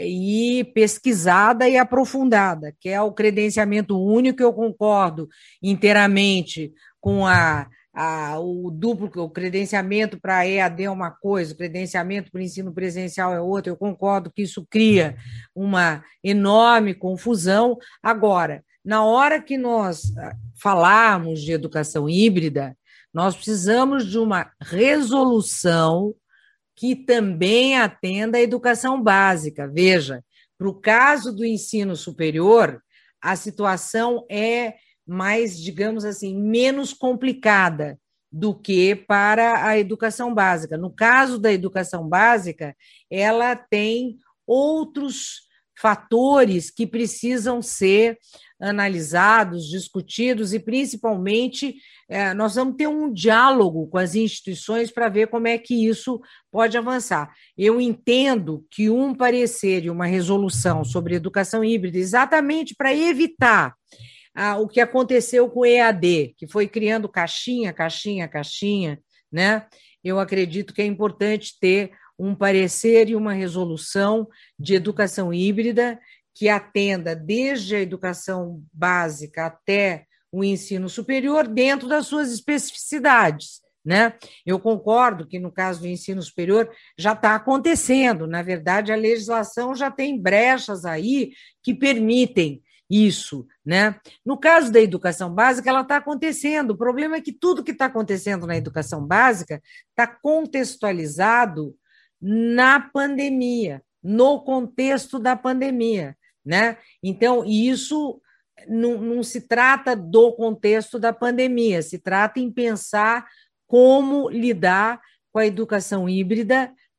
Speaker 3: e pesquisada e aprofundada, que é o credenciamento único. Eu concordo inteiramente com a, a, o duplo, o credenciamento para E A D é uma coisa, o credenciamento para o ensino presencial é outra. Eu concordo que isso cria uma enorme confusão. Agora, na hora que nós falarmos de educação híbrida, nós precisamos de uma resolução que também atenda à educação básica. Veja, para o caso do ensino superior, a situação é mais, digamos assim, menos complicada do que para a educação básica. No caso da educação básica, ela tem outros fatores que precisam ser analisados, discutidos e, principalmente, é, nós vamos ter um diálogo com as instituições para ver como é que isso pode avançar. Eu entendo que um parecer e uma resolução sobre educação híbrida, exatamente para evitar ah, o que aconteceu com o E A D, que foi criando caixinha, caixinha, caixinha, né? Eu acredito que é importante ter um parecer e uma resolução de educação híbrida que atenda desde a educação básica até o ensino superior dentro das suas especificidades, né? Eu concordo que no caso do ensino superior já está acontecendo, na verdade a legislação já tem brechas aí que permitem isso, né? No caso da educação básica, ela está acontecendo. O problema é que tudo que está acontecendo na educação básica está contextualizado na pandemia, no contexto da pandemia, né? Então, isso não, não se trata do contexto da pandemia, se trata em pensar como lidar com a educação híbrida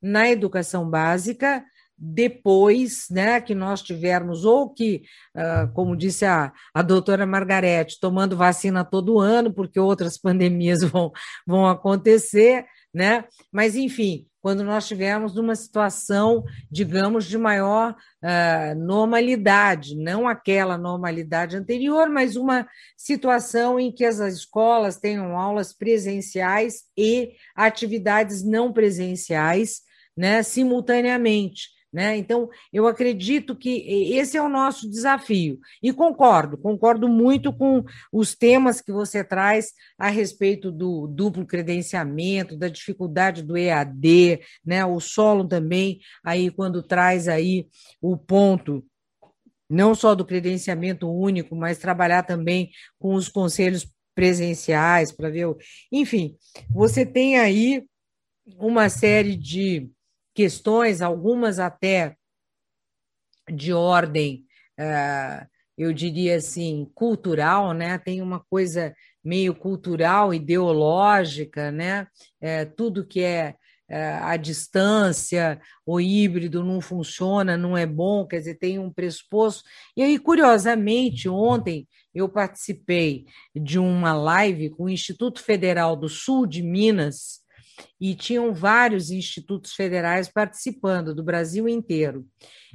Speaker 3: na educação básica, depois, né, que nós tivermos, ou que, uh, como disse a, a doutora Margarete, tomando vacina todo ano, porque outras pandemias vão, vão acontecer, né? Mas, enfim, quando nós estivermos numa situação, digamos, de maior uh, normalidade, não aquela normalidade anterior, mas uma situação em que as escolas tenham aulas presenciais e atividades não presenciais, né, simultaneamente. Né? Então, eu acredito que esse é o nosso desafio. E concordo, concordo muito com os temas que você traz a respeito do duplo credenciamento, da dificuldade do E A D, né? O Solon também, aí, quando traz aí o ponto não só do credenciamento único, mas trabalhar também com os conselhos presenciais para ver. O... Enfim, você tem aí uma série de questões, algumas até de ordem, eu diria assim, cultural, né? Tem uma coisa meio cultural, ideológica, né? Tudo que é a distância, o híbrido não funciona, não é bom, quer dizer, tem um pressuposto. E aí, curiosamente, ontem eu participei de uma live com o Instituto Federal do Sul de Minas, e tinham vários institutos federais participando, do Brasil inteiro.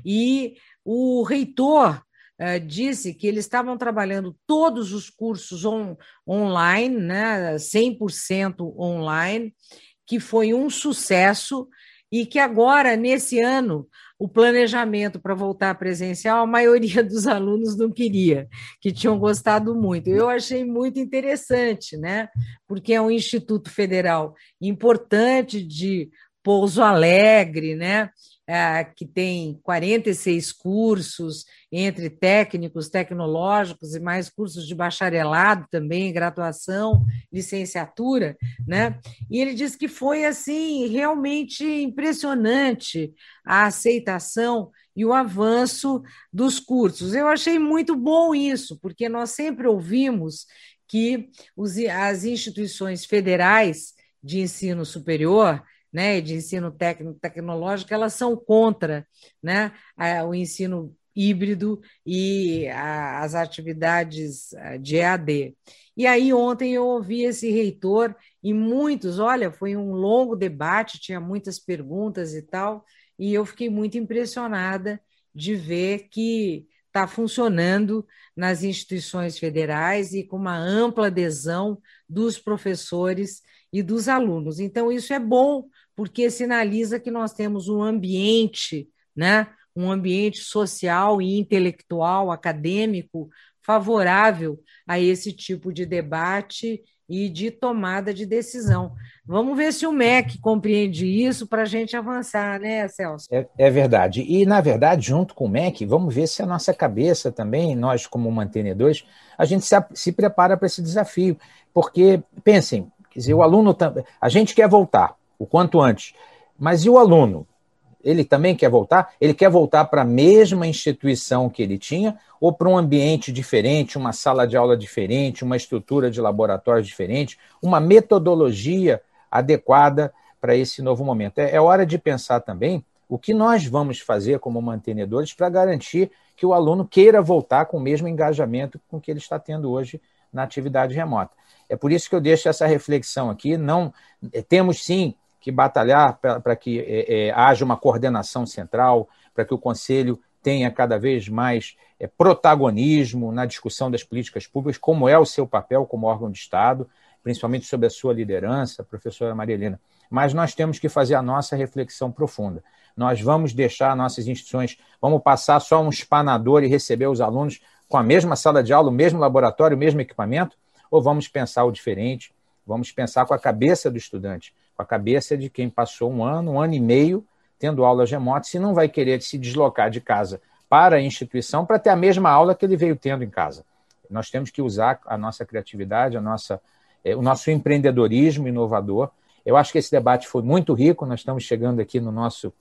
Speaker 3: E o reitor uh, disse que eles estavam trabalhando todos os cursos on, online, né, cem por cento online, que foi um sucesso, e que agora, nesse ano, o planejamento para voltar presencial, a maioria dos alunos não queria, que tinham gostado muito. Eu achei muito interessante, né? Porque é um instituto federal importante de Pouso Alegre, né? É, que tem quarenta e seis cursos, entre técnicos, tecnológicos e mais cursos de bacharelado também, graduação, licenciatura, né? E ele disse que foi, assim, realmente impressionante a aceitação e o avanço dos cursos. Eu achei muito bom isso, porque nós sempre ouvimos que os, as instituições federais de ensino superior, né, de ensino técnico tecnológico, elas são contra, né, o ensino híbrido e a, as atividades de E A D. E aí ontem eu ouvi esse reitor e muitos, olha, foi um longo debate, tinha muitas perguntas e tal, e eu fiquei muito impressionada de ver que está funcionando nas instituições federais e com uma ampla adesão dos professores e dos alunos. Então, isso é bom, porque sinaliza que nós temos um ambiente, né, um ambiente social e intelectual, acadêmico, favorável a esse tipo de debate e de tomada de decisão. Vamos ver se o M E C compreende isso para a gente avançar, né, Celso?
Speaker 2: É, é verdade. E, na verdade, junto com o M E C, vamos ver se a nossa cabeça também, nós como mantenedores, a gente se, se prepara para esse desafio. Porque, pensem, quer dizer, o aluno, a gente quer voltar o quanto antes, mas e o aluno? Ele também quer voltar? Ele quer voltar para a mesma instituição que ele tinha ou para um ambiente diferente, uma sala de aula diferente, uma estrutura de laboratório diferente, uma metodologia adequada para esse novo momento? É, é hora de pensar também o que nós vamos fazer como mantenedores para garantir que o aluno queira voltar com o mesmo engajamento com que ele está tendo hoje na atividade remota. É por isso que eu deixo essa reflexão aqui. Não, temos sim que batalhar para que é, é, haja uma coordenação central, para que o Conselho tenha cada vez mais é, protagonismo na discussão das políticas públicas, como é o seu papel como órgão de Estado, principalmente sob a sua liderança, professora Maria Helena. Mas nós temos que fazer a nossa reflexão profunda. Nós vamos deixar nossas instituições, vamos passar só um espanador e receber os alunos com a mesma sala de aula, o mesmo laboratório, o mesmo equipamento, ou vamos pensar o diferente, vamos pensar com a cabeça do estudante, com a cabeça de quem passou um ano, um ano e meio tendo aulas remotas e não vai querer se deslocar de casa para a instituição para ter a mesma aula que ele veio tendo em casa. Nós temos que usar a nossa criatividade, a nossa, é, o nosso empreendedorismo inovador. Eu acho que esse debate foi muito rico, nós estamos chegando aqui no nosso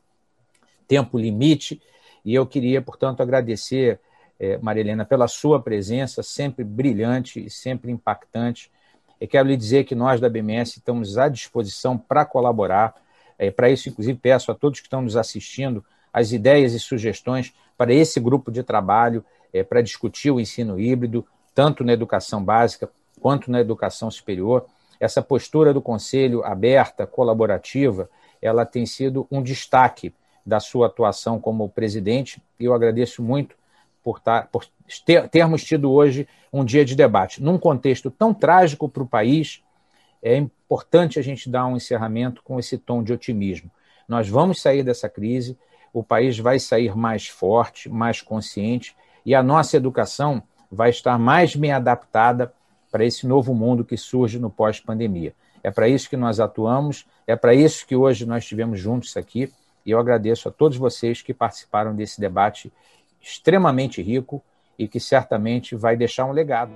Speaker 2: tempo limite e eu queria, portanto, agradecer, é, Maria Helena, pela sua presença, sempre brilhante e sempre impactante. Eu quero lhe dizer que nós da B M S estamos à disposição para colaborar. É, para isso, inclusive, peço a todos que estão nos assistindo as ideias e sugestões para esse grupo de trabalho, é, para discutir o ensino híbrido, tanto na educação básica quanto na educação superior. Essa postura do Conselho aberta, colaborativa, ela tem sido um destaque da sua atuação como presidente, e eu agradeço muito por, tar, por ter, termos tido hoje um dia de debate. Num contexto tão trágico para o país, é importante a gente dar um encerramento com esse tom de otimismo. Nós vamos sair dessa crise, o país vai sair mais forte, mais consciente, e a nossa educação vai estar mais bem adaptada para esse novo mundo que surge no pós-pandemia. É para isso que nós atuamos, é para isso que hoje nós estivemos juntos aqui, e eu agradeço a todos vocês que participaram desse debate extremamente rico e que certamente vai deixar um legado.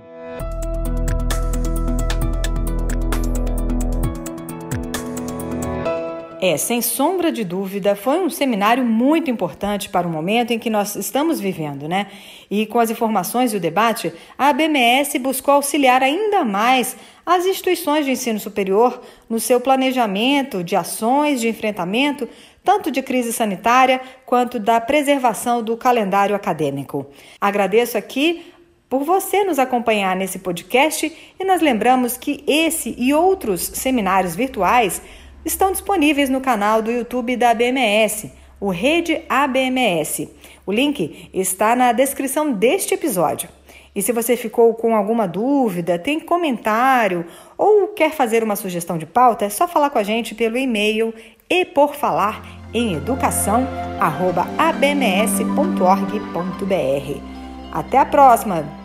Speaker 1: É, sem sombra de dúvida, foi um seminário muito importante para o momento em que nós estamos vivendo, né? E com as informações e o debate, a A B M S buscou auxiliar ainda mais as instituições de ensino superior no seu planejamento de ações de enfrentamento, tanto de crise sanitária quanto da preservação do calendário acadêmico. Agradeço aqui por você nos acompanhar nesse podcast e nós lembramos que esse e outros seminários virtuais estão disponíveis no canal do YouTube da A B M S, o Rede A B M S. O link está na descrição deste episódio. E se você ficou com alguma dúvida, tem comentário ou quer fazer uma sugestão de pauta, é só falar com a gente pelo e-mail e por falar em educação arroba a b m s ponto org ponto b r. Até a próxima!